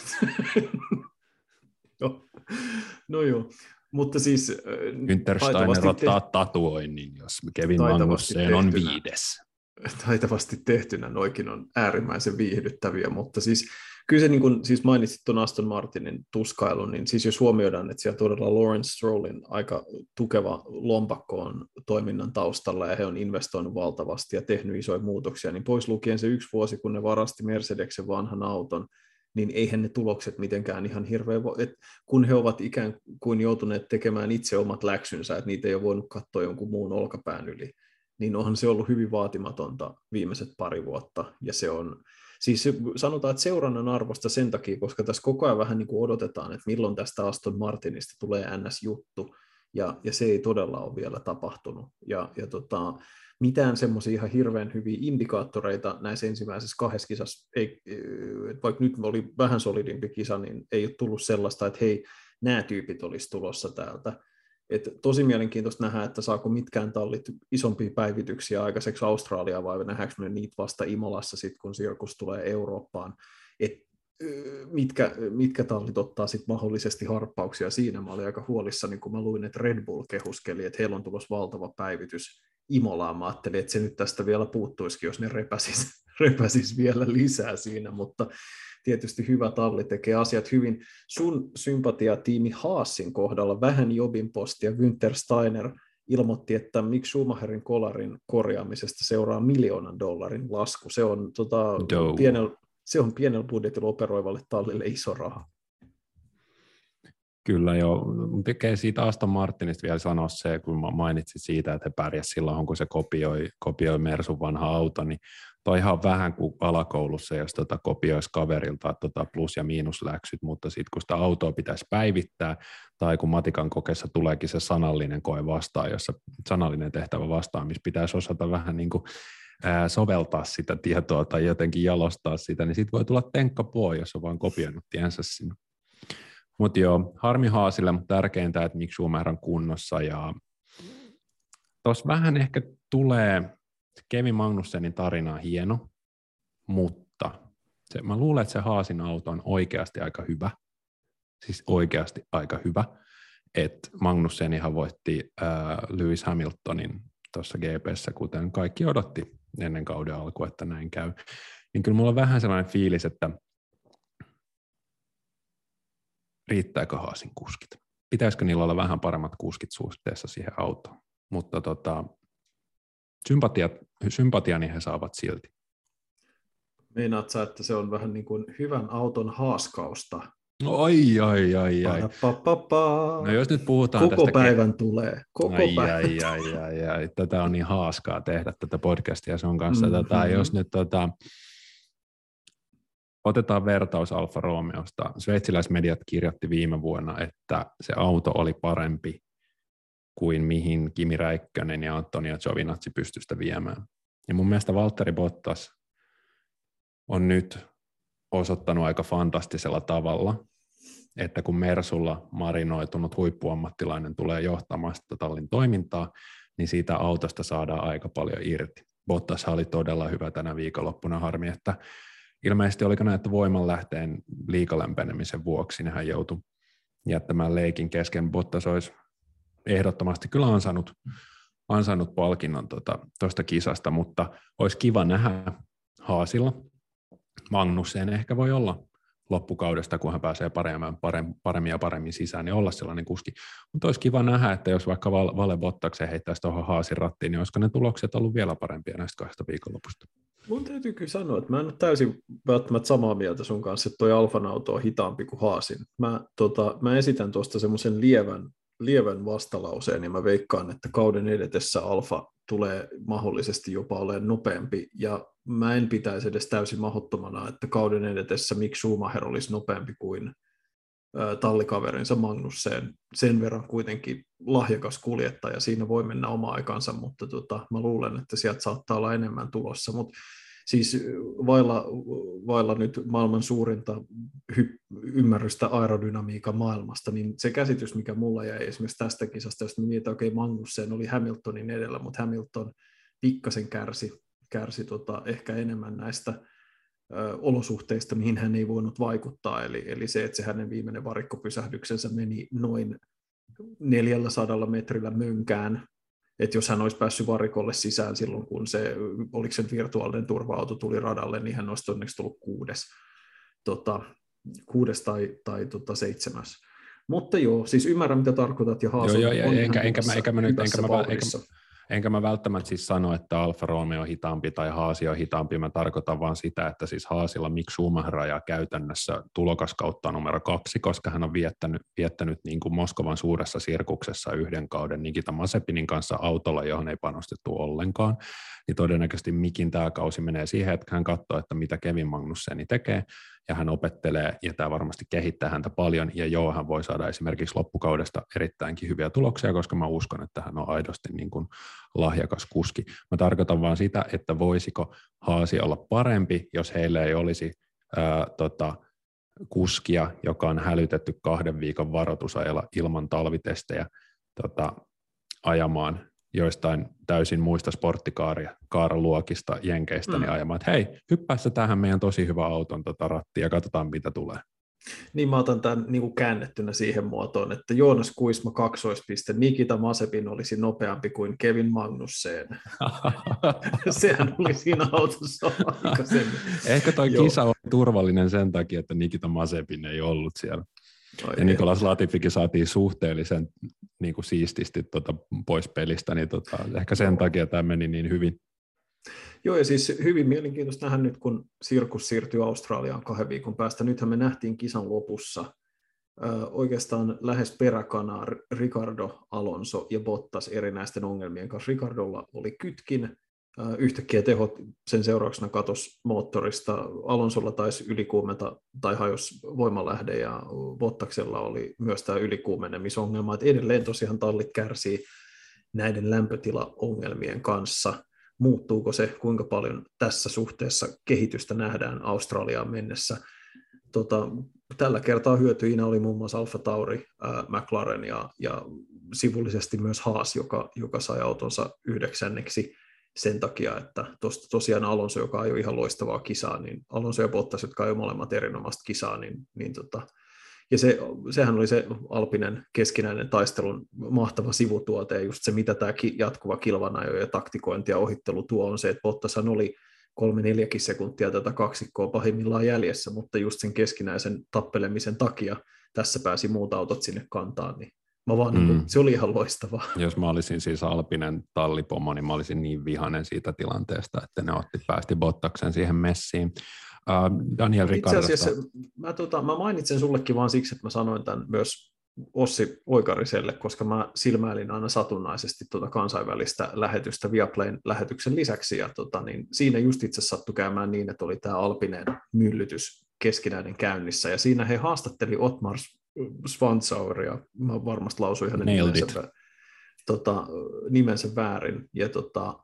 no, no joo, mutta siis... Günther Steiner ottaa te... tatuoinnin, jos Kevin Magnussen on viides. Taitavasti tehtynä, noikin on äärimmäisen viihdyttäviä, mutta siis kyllä se niin kuin siis mainitsit tuon Aston Martinin tuskailun, niin siis jos huomioidaan, että siellä todella Lawrence Strollin aika tukeva lompakko on toiminnan taustalla ja he on investoinut valtavasti ja tehnyt isoja muutoksia, niin pois lukien se yksi vuosi, kun ne varasti Mercedeksen vanhan auton, niin eihän ne tulokset mitenkään ihan hirveän, että kun he ovat ikään kuin joutuneet tekemään itse omat läksynsä, että niitä ei ole voinut katsoa jonkun muun olkapään yli, niin onhan se ollut hyvin vaatimatonta viimeiset pari vuotta, ja se on, siis sanotaan, että seurannan arvosta sen takia, koska tässä koko ajan vähän niin kuin odotetaan, että milloin tästä Aston Martinista tulee N S-juttu, ja, ja se ei todella ole vielä tapahtunut, ja, ja tota, mitään semmoisia ihan hirveän hyviä indikaattoreita näissä ensimmäisessä kahdessa kisassa, ei, vaikka nyt oli vähän solidimpi kisa, niin ei ole tullut sellaista, että hei, nämä tyypit olisi tulossa täältä. Et tosi mielenkiintoista nähdä, että saako mitkään tallit isompia päivityksiä aikaiseksi Australiaan, vai nähdäänkö me niitä vasta Imolassa, sit, kun Sirkus tulee Eurooppaan. Et, mitkä, mitkä tallit ottaa sit mahdollisesti harppauksia siinä. Mä olin aika huolissani, kun mä luin, että Red Bull kehuskeli, että heillä on tulossa valtava päivitys Imolaan. Mä ajattelin, että se nyt tästä vielä puuttuisikin, jos ne repäsis, repäsis vielä lisää siinä, mutta tietysti hyvä talli tekee asiat hyvin. Sun sympatiatiimi Haasin kohdalla vähän jobin postia. Günther Steiner ilmoitti, että Mick Schumacherin kolarin korjaamisesta seuraa miljoonan dollarin lasku. Se on, tota, pienellä, se on pienellä budjetilla operoivalle tallille iso raha. Kyllä joo. Tekee siitä Aston Martinista vielä sanoa se, kun mainitsit siitä, että he pärjäsivät silloin, kun se kopioi, kopioi Mersun vanha auto, niin toi ihan vähän kuin alakoulussa, jos tota kopioisi kaverilta tota plus- ja miinusläksyt, mutta sitten kun sitä autoa pitäisi päivittää, tai kun matikan kokeessa tuleekin se sanallinen koe vastaan, jossa sanallinen tehtävä vastaan, missä pitäisi osata vähän niin kuin ää, soveltaa sitä tietoa tai jotenkin jalostaa sitä, niin sitten voi tulla tenkka poo, jos on vaan kopioinut tiensä sinne. Mutta joo, harmi Haasille, mutta tärkeintä, että Mick Schumacher on kunnossa, ja tuossa vähän ehkä tulee Kevin Magnussenin tarina on hieno, mutta se, mä luulen, että se Haasin auto on oikeasti aika hyvä, siis oikeasti aika hyvä, että Magnussenihan voitti ää, Lewis Hamiltonin tuossa G P:ssä, kuten kaikki odotti ennen kauden alkua, että näin käy, niin kyllä mulla on vähän sellainen fiilis, että riittääkö Haasin kuskit? Pitäisikö niillä olla vähän paremmat kuskit suhteessa siihen autoon? Mutta tota, sympatiat, sympatiani he saavat silti. Meinaat sä, että se on vähän niin kuin hyvän auton haaskausta? Ai, ai, ai, ai. No jos nyt puhutaan koko tästä... päivän ke... tulee. Koko ai, päivän ai, ai, ai, ai. Tätä on niin haaskaa tehdä tätä podcastia sun kanssa. Mm-hmm. Tätä, jos nyt tota... otetaan vertaus Alfa Romeosta. Sveitsiläismediat kirjoitti viime vuonna, että se auto oli parempi kuin mihin Kimi Räikkönen ja Antonio Giovinazzi pystyivät sitä viemään. Ja mun mielestä Valtteri Bottas on nyt osoittanut aika fantastisella tavalla, että kun Mersulla marinoitunut huippuammattilainen tulee johtamaan sitä tallin toimintaa, niin siitä autosta saadaan aika paljon irti. Bottas oli todella hyvä tänä viikonloppuna, harmi, että ilmeisesti oliko näin, että voimanlähteen liikalämpenemisen vuoksi niin hän joutui jättämään leikin kesken. Bottas olisi ehdottomasti kyllä ansainnut, ansainnut palkinnon tuosta tota, kisasta, mutta olisi kiva nähdä Haasilla. Magnussen ehkä voi olla loppukaudesta, kun hän pääsee paremmin ja paremmin sisään, niin olla sellainen kuski. Mutta olisi kiva nähdä, että jos vaikka Vale Bottakseen heittäisi tuohon Haasin rattiin, niin olisiko ne tulokset ollut vielä parempia näistä kahdesta viikonlopusta? Mun täytyy kyllä sanoa, että mä en ole täysin välttämättä samaa mieltä sun kanssa, että toi Alfan auto on hitaampi kuin Haasin. Mä, tota, mä esitän tuosta semmoisen lievän, lievän vastalauseen, ja mä veikkaan, että kauden edetessä Alfa tulee mahdollisesti jopa olemaan nopeampi, ja mä en pitäisi edes täysin mahdottomana, että kauden edetessä Mick Schumacher olisi nopeampi kuin ä, tallikaverinsa Magnussen. Sen verran kuitenkin lahjakas kuljettaja, siinä voi mennä oma aikansa, mutta tota, mä luulen, että sieltä saattaa olla enemmän tulossa, mutta siis vailla, vailla nyt maailman suurinta hy, ymmärrystä aerodynamiikan maailmasta, niin se käsitys, mikä mulla jäi esimerkiksi tästä kisasta, jos mietin, että okei, okay, Magnussen oli Hamiltonin edellä, mutta Hamilton pikkasen kärsi, kärsi tota, ehkä enemmän näistä ö, olosuhteista, mihin hän ei voinut vaikuttaa, eli, eli se, että se hänen viimeinen varikkopysähdyksensä meni noin neljälläsadalla metrillä mönkään, että jos hän olisi päässyt varikolle sisään silloin, kun se, oliko se virtuaalinen turva-auto tuli radalle, niin hän olisi onneksi tullut kuudes, tota, kuudes tai, tai tota, seitsemäs. Mutta joo, siis ymmärrän, mitä tarkoitat, ja Haas on joo, joo, enkä, enkä, mä, enkä, mä nyt, enkä, mä, enkä, enkä mä välttämättä siis sano, että Alfa Romeo on hitaampi tai Haasi on hitaampi, mä tarkoitan vaan sitä, että siis Haasilla Mick Schumacher ajaa käytännössä tulokaskautta numero kaksi, koska hän on viettänyt, viettänyt niin kuin Moskovan suuressa sirkuksessa yhden kauden Nikita Mazepinin kanssa autolla, johon ei panostettu ollenkaan, niin todennäköisesti Mickin tämä kausi menee siihen, että hän katsoo, että mitä Kevin Magnusseni tekee, ja hän opettelee, ja tämä varmasti kehittää häntä paljon, ja joo, hän voi saada esimerkiksi loppukaudesta erittäinkin hyviä tuloksia, koska mä uskon, että hän on aidosti niin kuin lahjakas kuski. Mä tarkoitan vaan sitä, että voisiko Haasi olla parempi, jos heillä ei olisi ää, tota, kuskia, joka on hälytetty kahden viikon varoitusajalla ilman talvitestejä tota, ajamaan joistain täysin muista sporttikaaraluokista jenkeistä, mm. niin ajamaan, että hei, hyppää sä tähän meidän tosi hyvä auton tota rattiin ja katsotaan, mitä tulee. Niin mä otan tämän niin kuin käännettynä siihen muotoon, että Joonas Kuisma kaksoispiste, Nikita Mazepin olisi nopeampi kuin Kevin Magnussen. Sehän oli siinä autossa aikaisemmin. Ehkä toi Joo. kisa on turvallinen sen takia, että Nikita Mazepin ei ollut siellä. Oi ja Nicolas Latifikin saatiin suhteellisen niin kuin siististi tota, pois pelistä, niin tota, ehkä sen Joo. takia tämä meni niin hyvin. Joo, ja siis hyvin mielenkiintoista nähdä nyt, kun sirkus siirtyy Australiaan kahden viikon päästä. Nythän me nähtiin kisan lopussa ö, oikeastaan lähes peräkanaa Ricardo, Alonso ja Bottas erinäisten ongelmien kanssa. Ricardolla oli kytkin, ö, yhtäkkiä tehot sen seurauksena katosi moottorista. Alonsolla taisi ylikuumenta tai hajosi voimalähde, ja Bottaksella oli myös tämä ylikuumenemisongelma. Et edelleen tosiaan tallit kärsii näiden lämpötilaongelmien kanssa. Muuttuuko se, kuinka paljon tässä suhteessa kehitystä nähdään Australiaan mennessä? Tota, tällä kertaa hyötyjinä oli muun muassa Alfa Tauri, ää, McLaren ja, ja sivullisesti myös Haas, joka, joka sai autonsa yhdeksänneksi sen takia, että tosta tosiaan Alonso, joka ajoi ihan loistavaa kisaa, niin Alonso ja Bottas, jotka ajoi molemmat erinomaista kisaa, niin, niin tota, ja se, sehän oli se Alpinen keskinäinen taistelun mahtava sivutuote, ja just se, mitä tämä jatkuva kilvanajo ja taktikointi ja ohittelu tuo, on se, että Bottashan oli kolme neljäkin sekuntia tätä kaksikkoa pahimmillaan jäljessä, mutta just sen keskinäisen tappelemisen takia tässä pääsi muut autot sinne kantaan, niin mä vaan, mm. niin kuin, se oli ihan loistavaa. Jos mä olisin siis Alpinen tallipomo, niin mä olisin niin vihainen siitä tilanteesta, että ne otti päästi Bottaksen siihen messiin. Uh, Daniel Ricciardosta. Itse asiassa mä, tota, mä mainitsen sullekin vaan siksi, että mä sanoin tämän myös Ossi Oikariselle, koska mä silmäilin aina satunnaisesti tuota kansainvälistä lähetystä Viaplayn lähetyksen lisäksi, ja tota, niin siinä just itse sattui käymään niin, että oli tämä Alpinen myllytys keskinäinen käynnissä, ja siinä he haastatteli Otmar Schwanzaueria, mä varmasti lausuin hänen nimensä, tota, nimensä väärin, ja tota,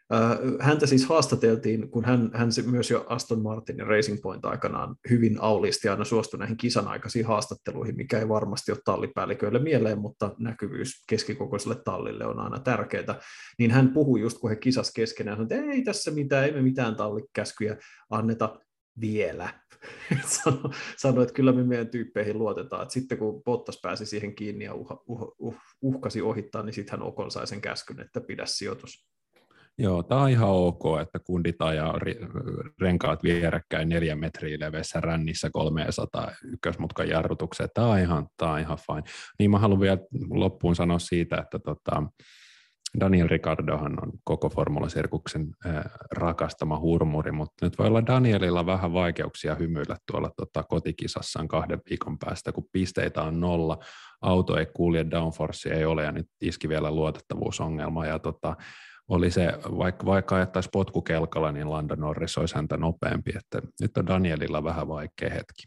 häntä siis haastateltiin, kun hän, hän myös jo Aston Martin ja Racing Point aikanaan hyvin auliisti aina suostui näihin kisan aikaisiin haastatteluihin, mikä ei varmasti ole tallipäälliköille mieleen, mutta näkyvyys keskikokoiselle tallille on aina tärkeää. Niin hän puhui just, kun he kisas keskenään, että ei tässä mitään, ei me mitään tallikäskyjä anneta vielä. Sano, sano, että kyllä me meidän tyyppeihin luotetaan. Että sitten kun Bottas pääsi siihen kiinni ja uh, uh, uh, uhkasi ohittaa, niin sitten hän Ocon sai sen käskyn, että pidä sijoitus. Joo, tämä on ihan ok, että kundit ajaa renkaat vierekkäin neljä metriä leveässä rännissä kolmesataa ykkösmutkan jarrutukseen. Tämä on ihan, tämä on ihan fine. Niin mä haluan vielä loppuun sanoa siitä, että tota, Daniel Ricciardohan on koko Formula-sirkuksen äh, rakastama hurmuri, mutta nyt voi olla Danielilla vähän vaikeuksia hymyillä tuolla tota, kotikisassaan kahden viikon päästä, kun pisteitä on nolla, auto ei kulje, downforce ei ole ja nyt iski vielä luotettavuusongelma ja tota, oli se, vaikka, vaikka ajattaisi potkukelkalla, niin Lando Norris olisi häntä nopeampi, että nyt on Danielilla vähän vaikea hetki.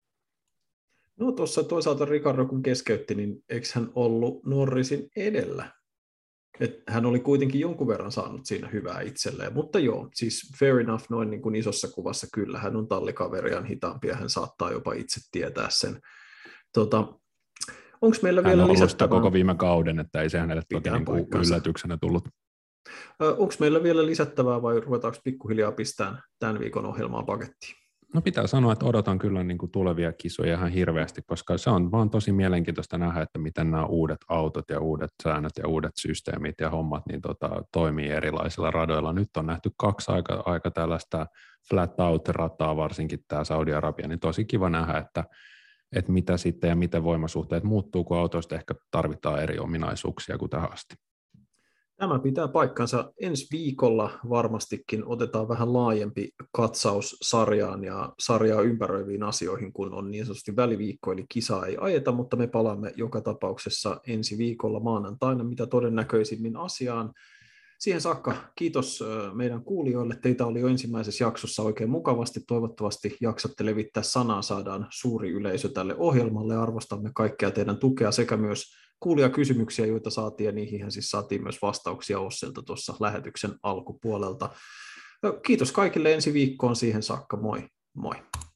No tuossa toisaalta Ricciardo kun keskeytti, niin eikö hän ollut Norrisin edellä? Et hän oli kuitenkin jonkun verran saanut siinä hyvää itselleen, mutta joo, siis fair enough noin niin kuin isossa kuvassa kyllä, hän on tallikaveriaan hitaampi ja hän saattaa jopa itse tietää sen. Tota, onko meillä hän vielä on lisättävää? koko viime kauden, että ei se hänelle toki niin kuin yllätyksenä tullut. Onko meillä vielä lisättävää vai ruvetaanko pikkuhiljaa pistämään tämän viikon ohjelmaa pakettiin? No pitää sanoa, että odotan kyllä niin kuin tulevia kisoja ihan hirveästi, koska se on vaan tosi mielenkiintoista nähdä, että miten nämä uudet autot ja uudet säännöt ja uudet systeemit ja hommat niin tota, toimii erilaisilla radoilla. Nyt on nähty kaksi aika, aika tällaista flat out-rataa, varsinkin tämä Saudi-Arabia, niin tosi kiva nähdä, että, että mitä sitten ja miten voimasuhteet muuttuu, kun autoista ehkä tarvitaan eri ominaisuuksia kuin tähän asti. Tämä pitää paikkansa. Ensi viikolla varmastikin otetaan vähän laajempi katsaus sarjaan ja sarjaa ympäröiviin asioihin, kun on niin sanotusti väliviikko, eli kisaa ei ajeta, mutta me palaamme joka tapauksessa ensi viikolla maanantaina, mitä todennäköisimmin asiaan. Siihen saakka kiitos meidän kuulijoille. Teitä oli jo ensimmäisessä jaksossa oikein mukavasti. Toivottavasti jaksatte levittää sanaa, saadaan suuri yleisö tälle ohjelmalle. Arvostamme kaikkea teidän tukea sekä myös kuulijakysymyksiä, joita saatiin, ja niihin siis saatiin myös vastauksia Osselta tuossa lähetyksen alkupuolelta. Kiitos kaikille ensi viikkoon, siihen saakka, moi moi.